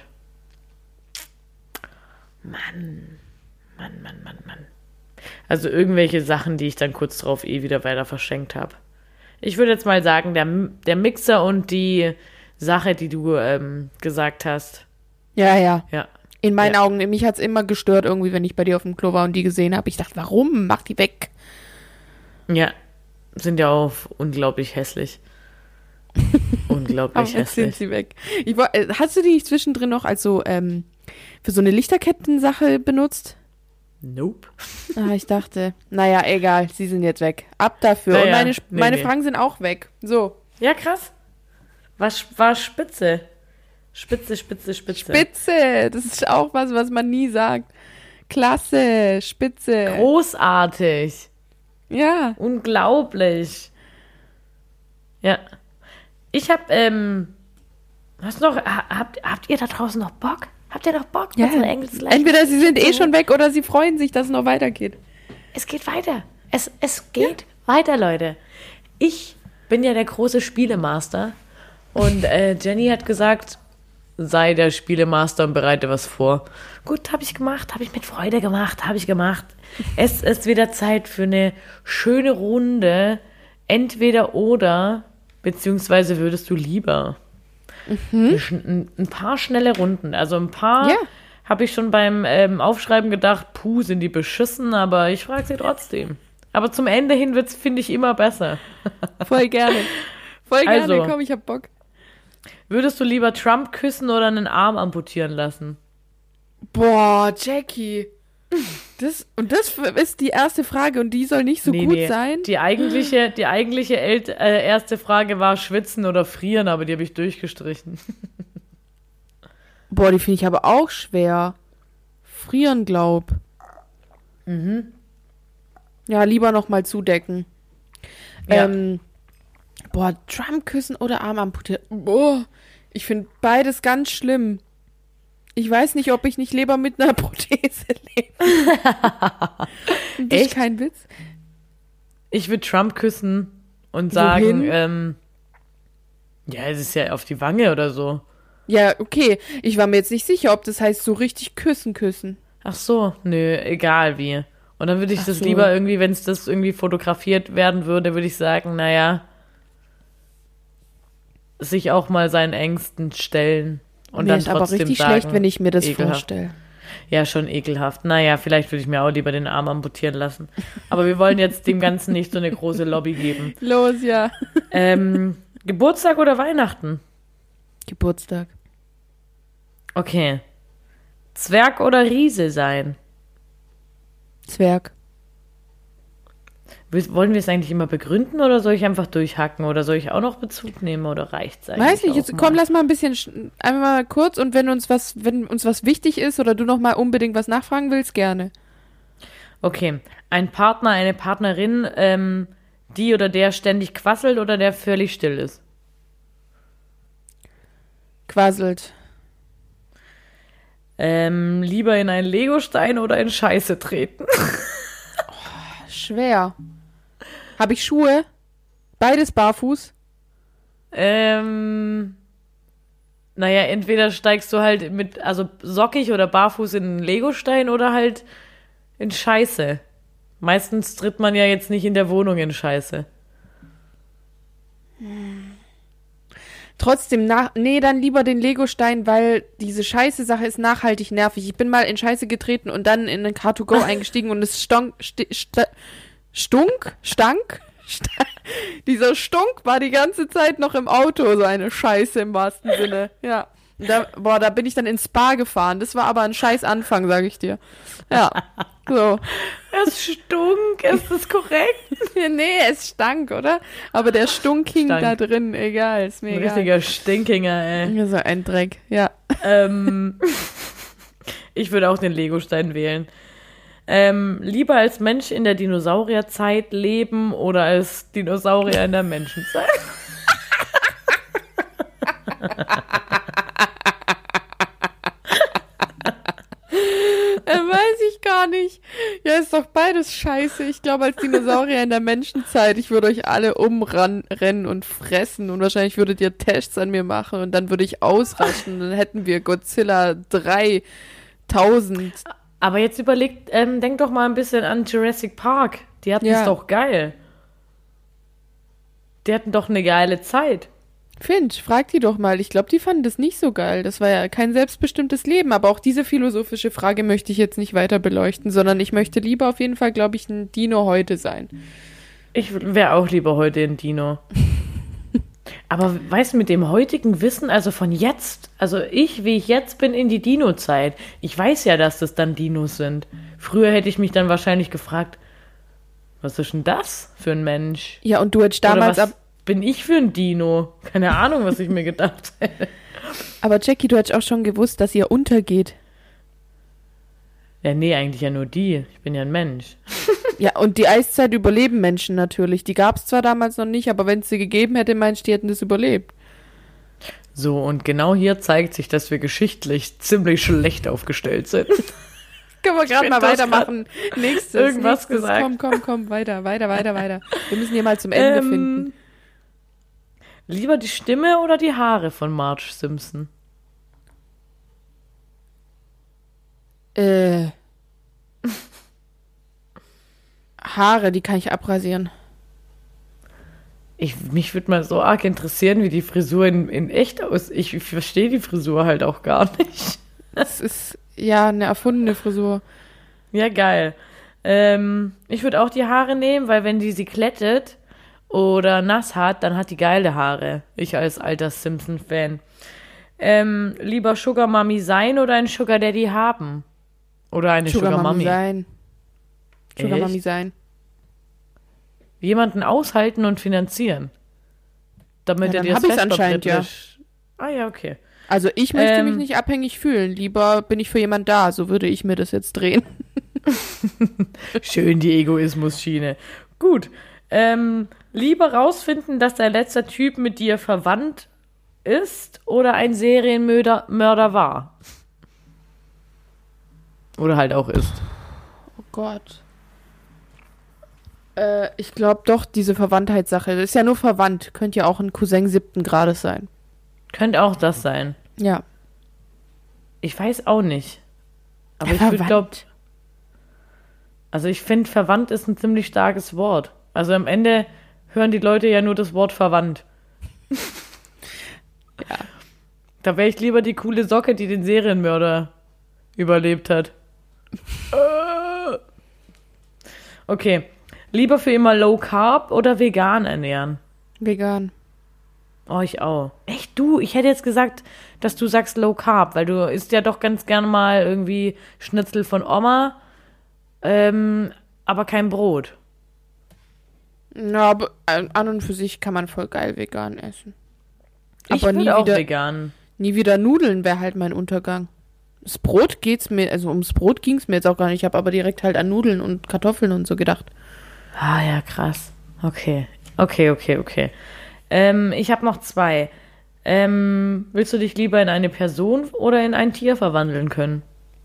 Mann, Mann, Mann, Mann, Mann. Also irgendwelche Sachen, die ich dann kurz drauf eh wieder weiter verschenkt habe. Ich würde jetzt mal sagen, der, der Mixer und die Sache, die du ähm, gesagt hast. Ja, ja. Ja. In meinen Ja. Augen, mich hat's immer gestört, irgendwie, wenn ich bei dir auf dem Klo war und die gesehen habe. Ich dachte, warum? Mach die weg. Ja. Sind ja auch unglaublich hässlich. Unglaublich Aber jetzt sind hässlich. sie weg. Ich, woll- äh, hast du die nicht zwischendrin noch als so, ähm, für so eine Lichterketten-Sache benutzt? Nope. Ah, ich dachte, naja, egal, sie sind jetzt weg. Ab dafür. Naja, und meine, Sp- nee, meine nee. Fragen sind auch weg. So. Ja, krass. War, war spitze. Spitze, spitze, spitze. Spitze, das ist auch was, was man nie sagt. Klasse, Spitze. Großartig. Ja. Unglaublich. Ja. Ich hab, ähm, hast noch, ha- habt, habt ihr da draußen noch Bock? Habt ihr noch Bock? Ja. mit so einer Englisch- Entweder sie sind eh schon weg oder sie freuen sich, dass es noch weitergeht. Es geht weiter. Es, es geht weiter, Leute. Ich bin ja der große Spielemaster und äh, Jenny hat gesagt, sei der Spielemaster und bereite was vor. Gut, habe ich gemacht, habe ich mit Freude gemacht, habe ich gemacht. Es ist wieder Zeit für eine schöne Runde. Entweder oder, beziehungsweise würdest du lieber. Mhm. Ein, ein paar schnelle Runden. Also ein paar Ja. habe ich schon beim ähm, Aufschreiben gedacht, puh, sind die beschissen, aber ich frage sie trotzdem. Aber zum Ende hin wird's, finde ich, immer besser. Voll gerne. Voll gerne, Also. komm, ich hab Bock. Würdest du lieber Trump küssen oder einen Arm amputieren lassen? Boah, Jackie. Das, und das ist die erste Frage und die soll nicht so Nee, gut nee. sein. Die eigentliche, die eigentliche El- äh, erste Frage war schwitzen oder frieren, aber die habe ich durchgestrichen. Boah, die finde ich aber auch schwer. Frieren, glaub. Mhm. Ja, lieber noch mal zudecken. Ja. Ähm, boah, Trump küssen oder Arm amputieren. Boah, ich finde beides ganz schlimm. Ich weiß nicht, ob ich nicht lieber mit einer Prothese lebe. Das ist Echt? kein Witz. Ich würde Trump küssen und sagen, Wohin? ähm, ja, es ist ja auf die Wange oder so. Ja, okay. Ich war mir jetzt nicht sicher, ob das heißt so richtig küssen, küssen. Ach so, nö, egal wie. Und dann würde ich Ach das so. lieber irgendwie, wenn es das irgendwie fotografiert werden würde, würde ich sagen, naja, sich auch mal seinen Ängsten stellen und Mir dann ist aber trotzdem richtig sagen, schlecht, wenn ich mir das ekelhaft. vorstelle. Ja, schon ekelhaft. Naja, vielleicht würde ich mir auch lieber den Arm amputieren lassen. Aber wir wollen jetzt dem Ganzen nicht so eine große Lobby geben. Los, ja. Ähm, Geburtstag oder Weihnachten? Geburtstag. Okay. Zwerg oder Riese sein? Zwerg. Will- Wollen wir es eigentlich immer begründen oder soll ich einfach durchhacken oder soll ich auch noch Bezug nehmen oder reicht's eigentlich? Weiß nicht, auch jetzt mal? komm, lass mal ein bisschen sch- einmal mal kurz und wenn uns was, wenn uns was wichtig ist oder du noch mal unbedingt was nachfragen willst, gerne. Okay. Ein Partner, eine Partnerin, ähm, die oder der ständig quasselt oder der völlig still ist? Quasselt. Ähm, lieber in einen Legostein oder in Scheiße treten? Schwer. Habe ich Schuhe? Beides barfuß? Ähm, naja, entweder steigst du halt mit, also sockig oder barfuß in einen Legostein oder halt in Scheiße. Meistens tritt man ja jetzt nicht in der Wohnung in Scheiße. Trotzdem, nach, nee, dann lieber den Legostein, weil diese Scheiße-Sache ist nachhaltig nervig. Ich bin mal in Scheiße getreten und dann in einen Car to go eingestiegen und es stonk, sti, sta, stunk, stank, sta, dieser Stunk war die ganze Zeit noch im Auto, so eine Scheiße im wahrsten Sinne, ja. Und Da, boah, da bin ich dann ins Spa gefahren. Das war aber ein scheiß Anfang, sag ich dir. Ja, so. Es stunk, ist das korrekt? Nee, es stank, oder? Aber der Stunk hing Stank. da drin, egal, ist mir Ein egal. richtiger Stinkinger, ey. Ja, so ein Dreck, ja. ähm, ich würde auch den Legostein wählen. Ähm, lieber als Mensch in der Dinosaurierzeit leben oder als Dinosaurier in der Menschenzeit? Äh, weiß ich gar nicht. Ja, ist doch beides scheiße. Ich glaube, als Dinosaurier in der Menschenzeit, ich würde euch alle umrennen und fressen und wahrscheinlich würdet ihr Tests an mir machen und dann würde ich ausrasten. Dann hätten wir Godzilla dreitausend. Aber jetzt überlegt, ähm, denk doch mal ein bisschen an Jurassic Park. Die hatten Ja. es doch geil. Die hatten doch eine geile Zeit. Finch, frag die doch mal. Ich glaube, die fanden das nicht so geil. Das war ja kein selbstbestimmtes Leben. Aber auch diese philosophische Frage möchte ich jetzt nicht weiter beleuchten, sondern ich möchte lieber auf jeden Fall, glaube ich, ein Dino heute sein. Ich wäre auch lieber heute ein Dino. Aber weißt du, mit dem heutigen Wissen, also von jetzt, also ich, wie ich jetzt bin in die Dino-Zeit, ich weiß ja, dass das dann Dinos sind. Früher hätte ich mich dann wahrscheinlich gefragt, was ist denn das für ein Mensch? Ja, und du hättest Oder damals was ab. bin ich für ein Dino? Keine Ahnung, was ich mir gedacht hätte. Aber Jackie, du hättest auch schon gewusst, dass ihr untergeht. Ja, nee, eigentlich ja nur die. Ich bin ja ein Mensch. Ja, und die Eiszeit überleben Menschen natürlich. Die gab es zwar damals noch nicht, aber wenn es sie gegeben hätte, meinst du, die hätten das überlebt. So, und genau hier zeigt sich, dass wir geschichtlich ziemlich schlecht aufgestellt sind. Können wir gerade find, mal du hast weitermachen. Nächstes. irgendwas nächstes. gesagt. Komm, komm, komm, weiter, weiter, weiter, weiter. Wir müssen hier mal zum Ende Ähm, finden. Lieber die Stimme oder die Haare von Marge Simpson? Äh. Haare, die kann ich abrasieren. Ich, mich würde mal so arg interessieren, wie die Frisur in, in echt aussieht. Ich, ich verstehe die Frisur halt auch gar nicht. Das ist ja eine erfundene Frisur. Ja, geil. Ähm, ich würde auch die Haare nehmen, weil wenn die sie glättet oder nass hat, dann hat die geile Haare. Ich als alter Simpson-Fan. Ähm, lieber Sugar Mami sein oder ein Sugar Daddy haben? Oder eine Sugar, Sugar Mami? Mami sein. Sugar Echt? Mami sein. Jemanden aushalten und finanzieren. Damit Ja, er dann dir das hab ich's anscheinend, ja. Feststoff- Ah ja, okay. Also ich möchte Ähm. mich nicht abhängig fühlen. Lieber bin ich für jemand da. So würde ich mir das jetzt drehen. Schön die Egoismus-Schiene. Gut. Ähm, lieber rausfinden, dass dein letzter Typ mit dir verwandt ist oder ein Serienmörder Mörder war. Oder halt auch ist. Oh Gott. Äh, ich glaube doch, diese Verwandtheitssache. Das ist ja nur verwandt. Könnte ja auch ein Cousin siebten Grades sein. Könnte auch das sein. Ja. Ich weiß auch nicht. Aber Ja, ich würde verwandt. glaube. Also ich finde, verwandt ist ein ziemlich starkes Wort. Also am Ende hören die Leute ja nur das Wort verwandt. Ja. Da wäre ich lieber die coole Socke, die den Serienmörder überlebt hat. Äh. Okay. Lieber für immer Low Carb oder vegan ernähren? Vegan. Oh, ich auch. Echt, du? Ich hätte jetzt gesagt, dass du sagst Low Carb, weil du isst ja doch ganz gerne mal irgendwie Schnitzel von Oma, ähm, aber kein Brot. Ja, aber äh, an und für sich kann man voll geil vegan essen. Ich Aber nie würde auch wieder, vegan. nie wieder Nudeln wäre halt mein Untergang. Das Brot geht's mir, also ums Brot ging's mir jetzt auch gar nicht. Ich habe aber direkt halt an Nudeln und Kartoffeln und so gedacht. Ah ja, krass. Okay. Okay, okay, okay. Ähm, ich habe noch zwei. Ähm, willst du dich lieber in eine Person oder in ein Tier verwandeln können?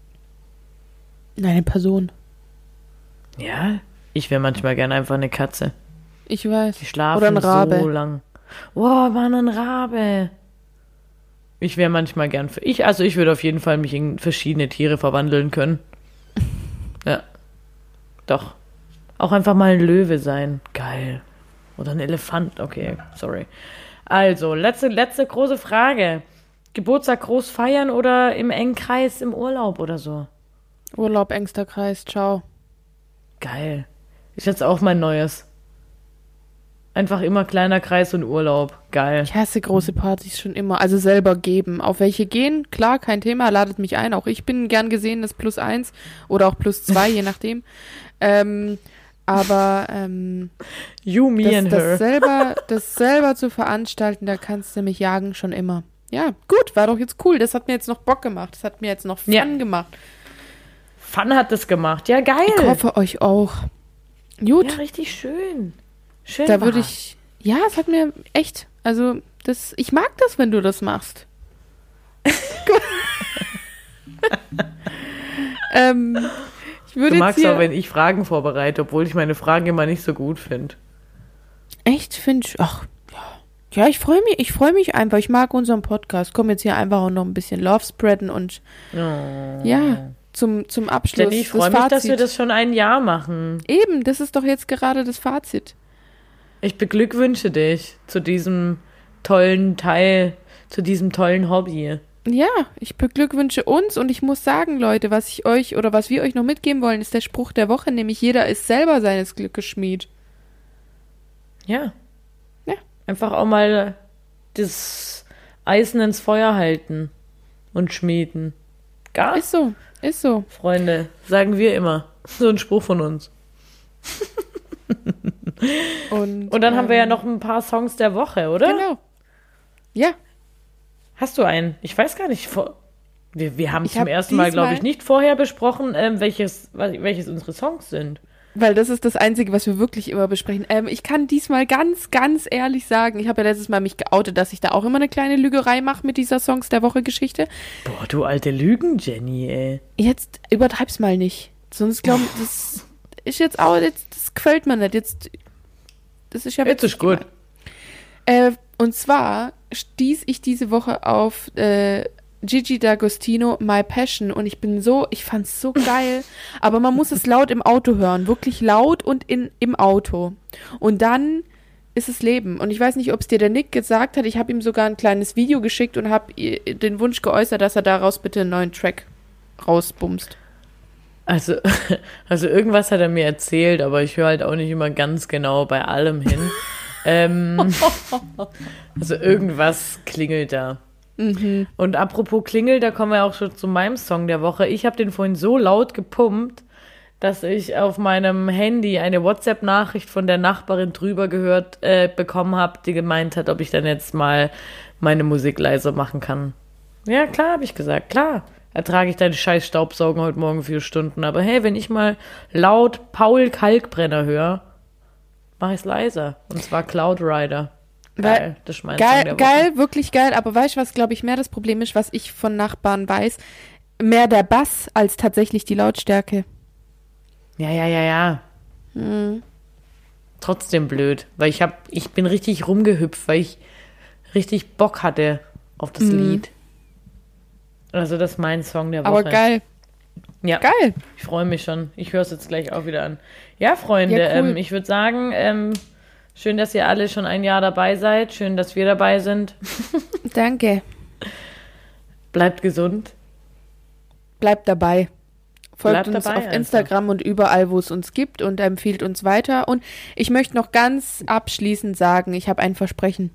Eine Person. Ja, ich wäre manchmal gern einfach eine Katze. Ich weiß. Die schlafen Oder ein Rabe. so lang. Oh, Mann, ein Rabe. Ich wäre manchmal gern für ich, also ich würde auf jeden Fall mich in verschiedene Tiere verwandeln können. Ja. Doch. Auch einfach mal ein Löwe sein. Geil. Oder ein Elefant. Okay, sorry. Also, letzte, letzte große Frage. Geburtstag groß feiern oder im engen Kreis im Urlaub oder so? Urlaub, engster Kreis, ciao. Geil. Ist jetzt auch mein neues. Einfach immer kleiner Kreis und Urlaub. Geil. Ich hasse große Partys schon immer. Also selber geben. Auf welche gehen? Klar, kein Thema. Ladet mich ein. Auch ich bin gern gesehen, das plus eins oder auch plus zwei, je nachdem. Ähm, aber ähm, You, me das, and her. das, selber, das selber zu veranstalten, da kannst du mich jagen schon immer. Ja, gut, war doch jetzt cool. Das hat mir jetzt noch Bock gemacht. Das hat mir jetzt noch Fun Ja. gemacht. Fun hat das gemacht. Ja, geil. Ich hoffe euch auch. Gut, Ja, richtig schön. Schön da würde war's. ich. Ja, es hat mir echt. Also, das, ich mag das, wenn du das machst. ähm, ich würde Du jetzt magst hier, auch, wenn ich Fragen vorbereite, obwohl ich meine Fragen immer nicht so gut finde. echt finde ich. Ach, ja. Ja, ich freue mich, ich freue mich einfach. Ich mag unseren Podcast. Komm jetzt hier einfach auch noch ein bisschen Love spreaden und Oh. ja, zum, zum Abschluss. Jenny, ich das freue mich, dass Fazit. wir das schon ein Jahr machen. Eben, das ist doch jetzt gerade das Fazit. Ich beglückwünsche dich zu diesem tollen Teil, zu diesem tollen Hobby. Ja, ich beglückwünsche uns und ich muss sagen, Leute, was ich euch oder was wir euch noch mitgeben wollen, ist der Spruch der Woche, nämlich jeder ist selber seines Glückes Schmied. Ja. Ja. Einfach auch mal das Eisen ins Feuer halten und schmieden. Gar Ist so, ist so. Freunde, sagen wir immer. So ein Spruch von uns. Und, Und dann haben wir ja ähm, noch ein paar Songs der Woche, oder? Genau. Ja, Hast du einen? Ich weiß gar nicht. vor- Wir, wir haben Ich zum hab ersten Mal, glaube ich, diesmal- nicht vorher besprochen, ähm, welches, was- welches unsere Songs sind. weil das ist das Einzige, was wir wirklich immer besprechen. Ähm, ich kann diesmal ganz, ganz ehrlich sagen, ich habe ja letztes Mal mich geoutet, dass ich da auch immer eine kleine Lügerei mache mit dieser Songs der Woche Geschichte. Boah, du alte Lügen, Jenny, ey. Jetzt übertreib's mal nicht. Sonst glauben, das ist jetzt auch, jetzt, das gefällt mir nicht. Jetzt, das ist ja Jetzt ist witzig gut. gemeint. Äh, und zwar stieß ich diese Woche auf äh, Gigi D'Agostino, My Passion. Und ich bin so, ich fand's so geil. Aber man muss es laut im Auto hören. Wirklich laut und in, im Auto. Und dann ist es Leben. Und ich weiß nicht, ob es dir der Nick gesagt hat. Ich habe ihm sogar ein kleines Video geschickt und habe den Wunsch geäußert, dass er daraus bitte einen neuen Track rausbumst. Also, also irgendwas hat er mir erzählt, aber ich höre halt auch nicht immer ganz genau bei allem hin. ähm, also irgendwas klingelt da. Mhm. Und apropos Klingel, da kommen wir auch schon zu meinem Song der Woche. Ich habe den vorhin so laut gepumpt, dass ich auf meinem Handy eine WhatsApp-Nachricht von der Nachbarin drüber gehört äh, bekommen habe, die gemeint hat, ob ich dann jetzt mal meine Musik leiser machen kann. Ja, klar, habe ich gesagt, klar. Ertrage ich deinen scheiß Staubsaugen heute Morgen vier Stunden. Aber hey, wenn ich mal laut Paul Kalkbrenner höre, mache ich es leiser. Und zwar Cloud Rider. Geil, das ist mein Song Geil, der Woche. geil, wirklich geil. Aber weißt du, was, glaube ich, mehr das Problem ist, was ich von Nachbarn weiß? Mehr der Bass als tatsächlich die Lautstärke. Ja, ja, ja, ja. Hm. Trotzdem blöd, weil ich hab, ich bin richtig rumgehüpft, weil ich richtig Bock hatte auf das Mhm. Lied. Also das ist mein Song der Woche. Aber geil. Ja, Geil. ich freue mich schon. Ich höre es jetzt gleich auch wieder an. Ja, Freunde, Ja, cool. ähm, ich würde sagen, ähm, schön, dass ihr alle schon ein Jahr dabei seid. Schön, dass wir dabei sind. Danke. Bleibt gesund. Bleibt dabei. Folgt Bleibt uns dabei auf einfach. Instagram und überall, wo es uns gibt und empfiehlt uns weiter. Und ich möchte noch ganz abschließend sagen, ich habe ein Versprechen.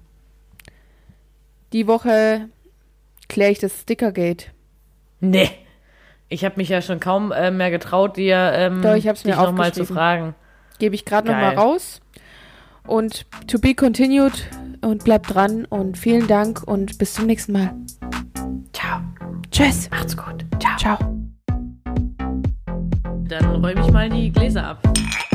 Die Woche kläre ich das Stickergate. Nee. Ich habe mich ja schon kaum äh, mehr getraut, dir ähm, Doch, ich hab's mir dich nochmal zu aufgeschrieben. fragen. Gebe ich gerade noch Geil. mal raus. Und to be continued und bleibt dran und vielen Dank und bis zum nächsten Mal. Ciao. Tschüss. Macht's gut. Ciao. Ciao. Dann räume ich mal die Gläser ab.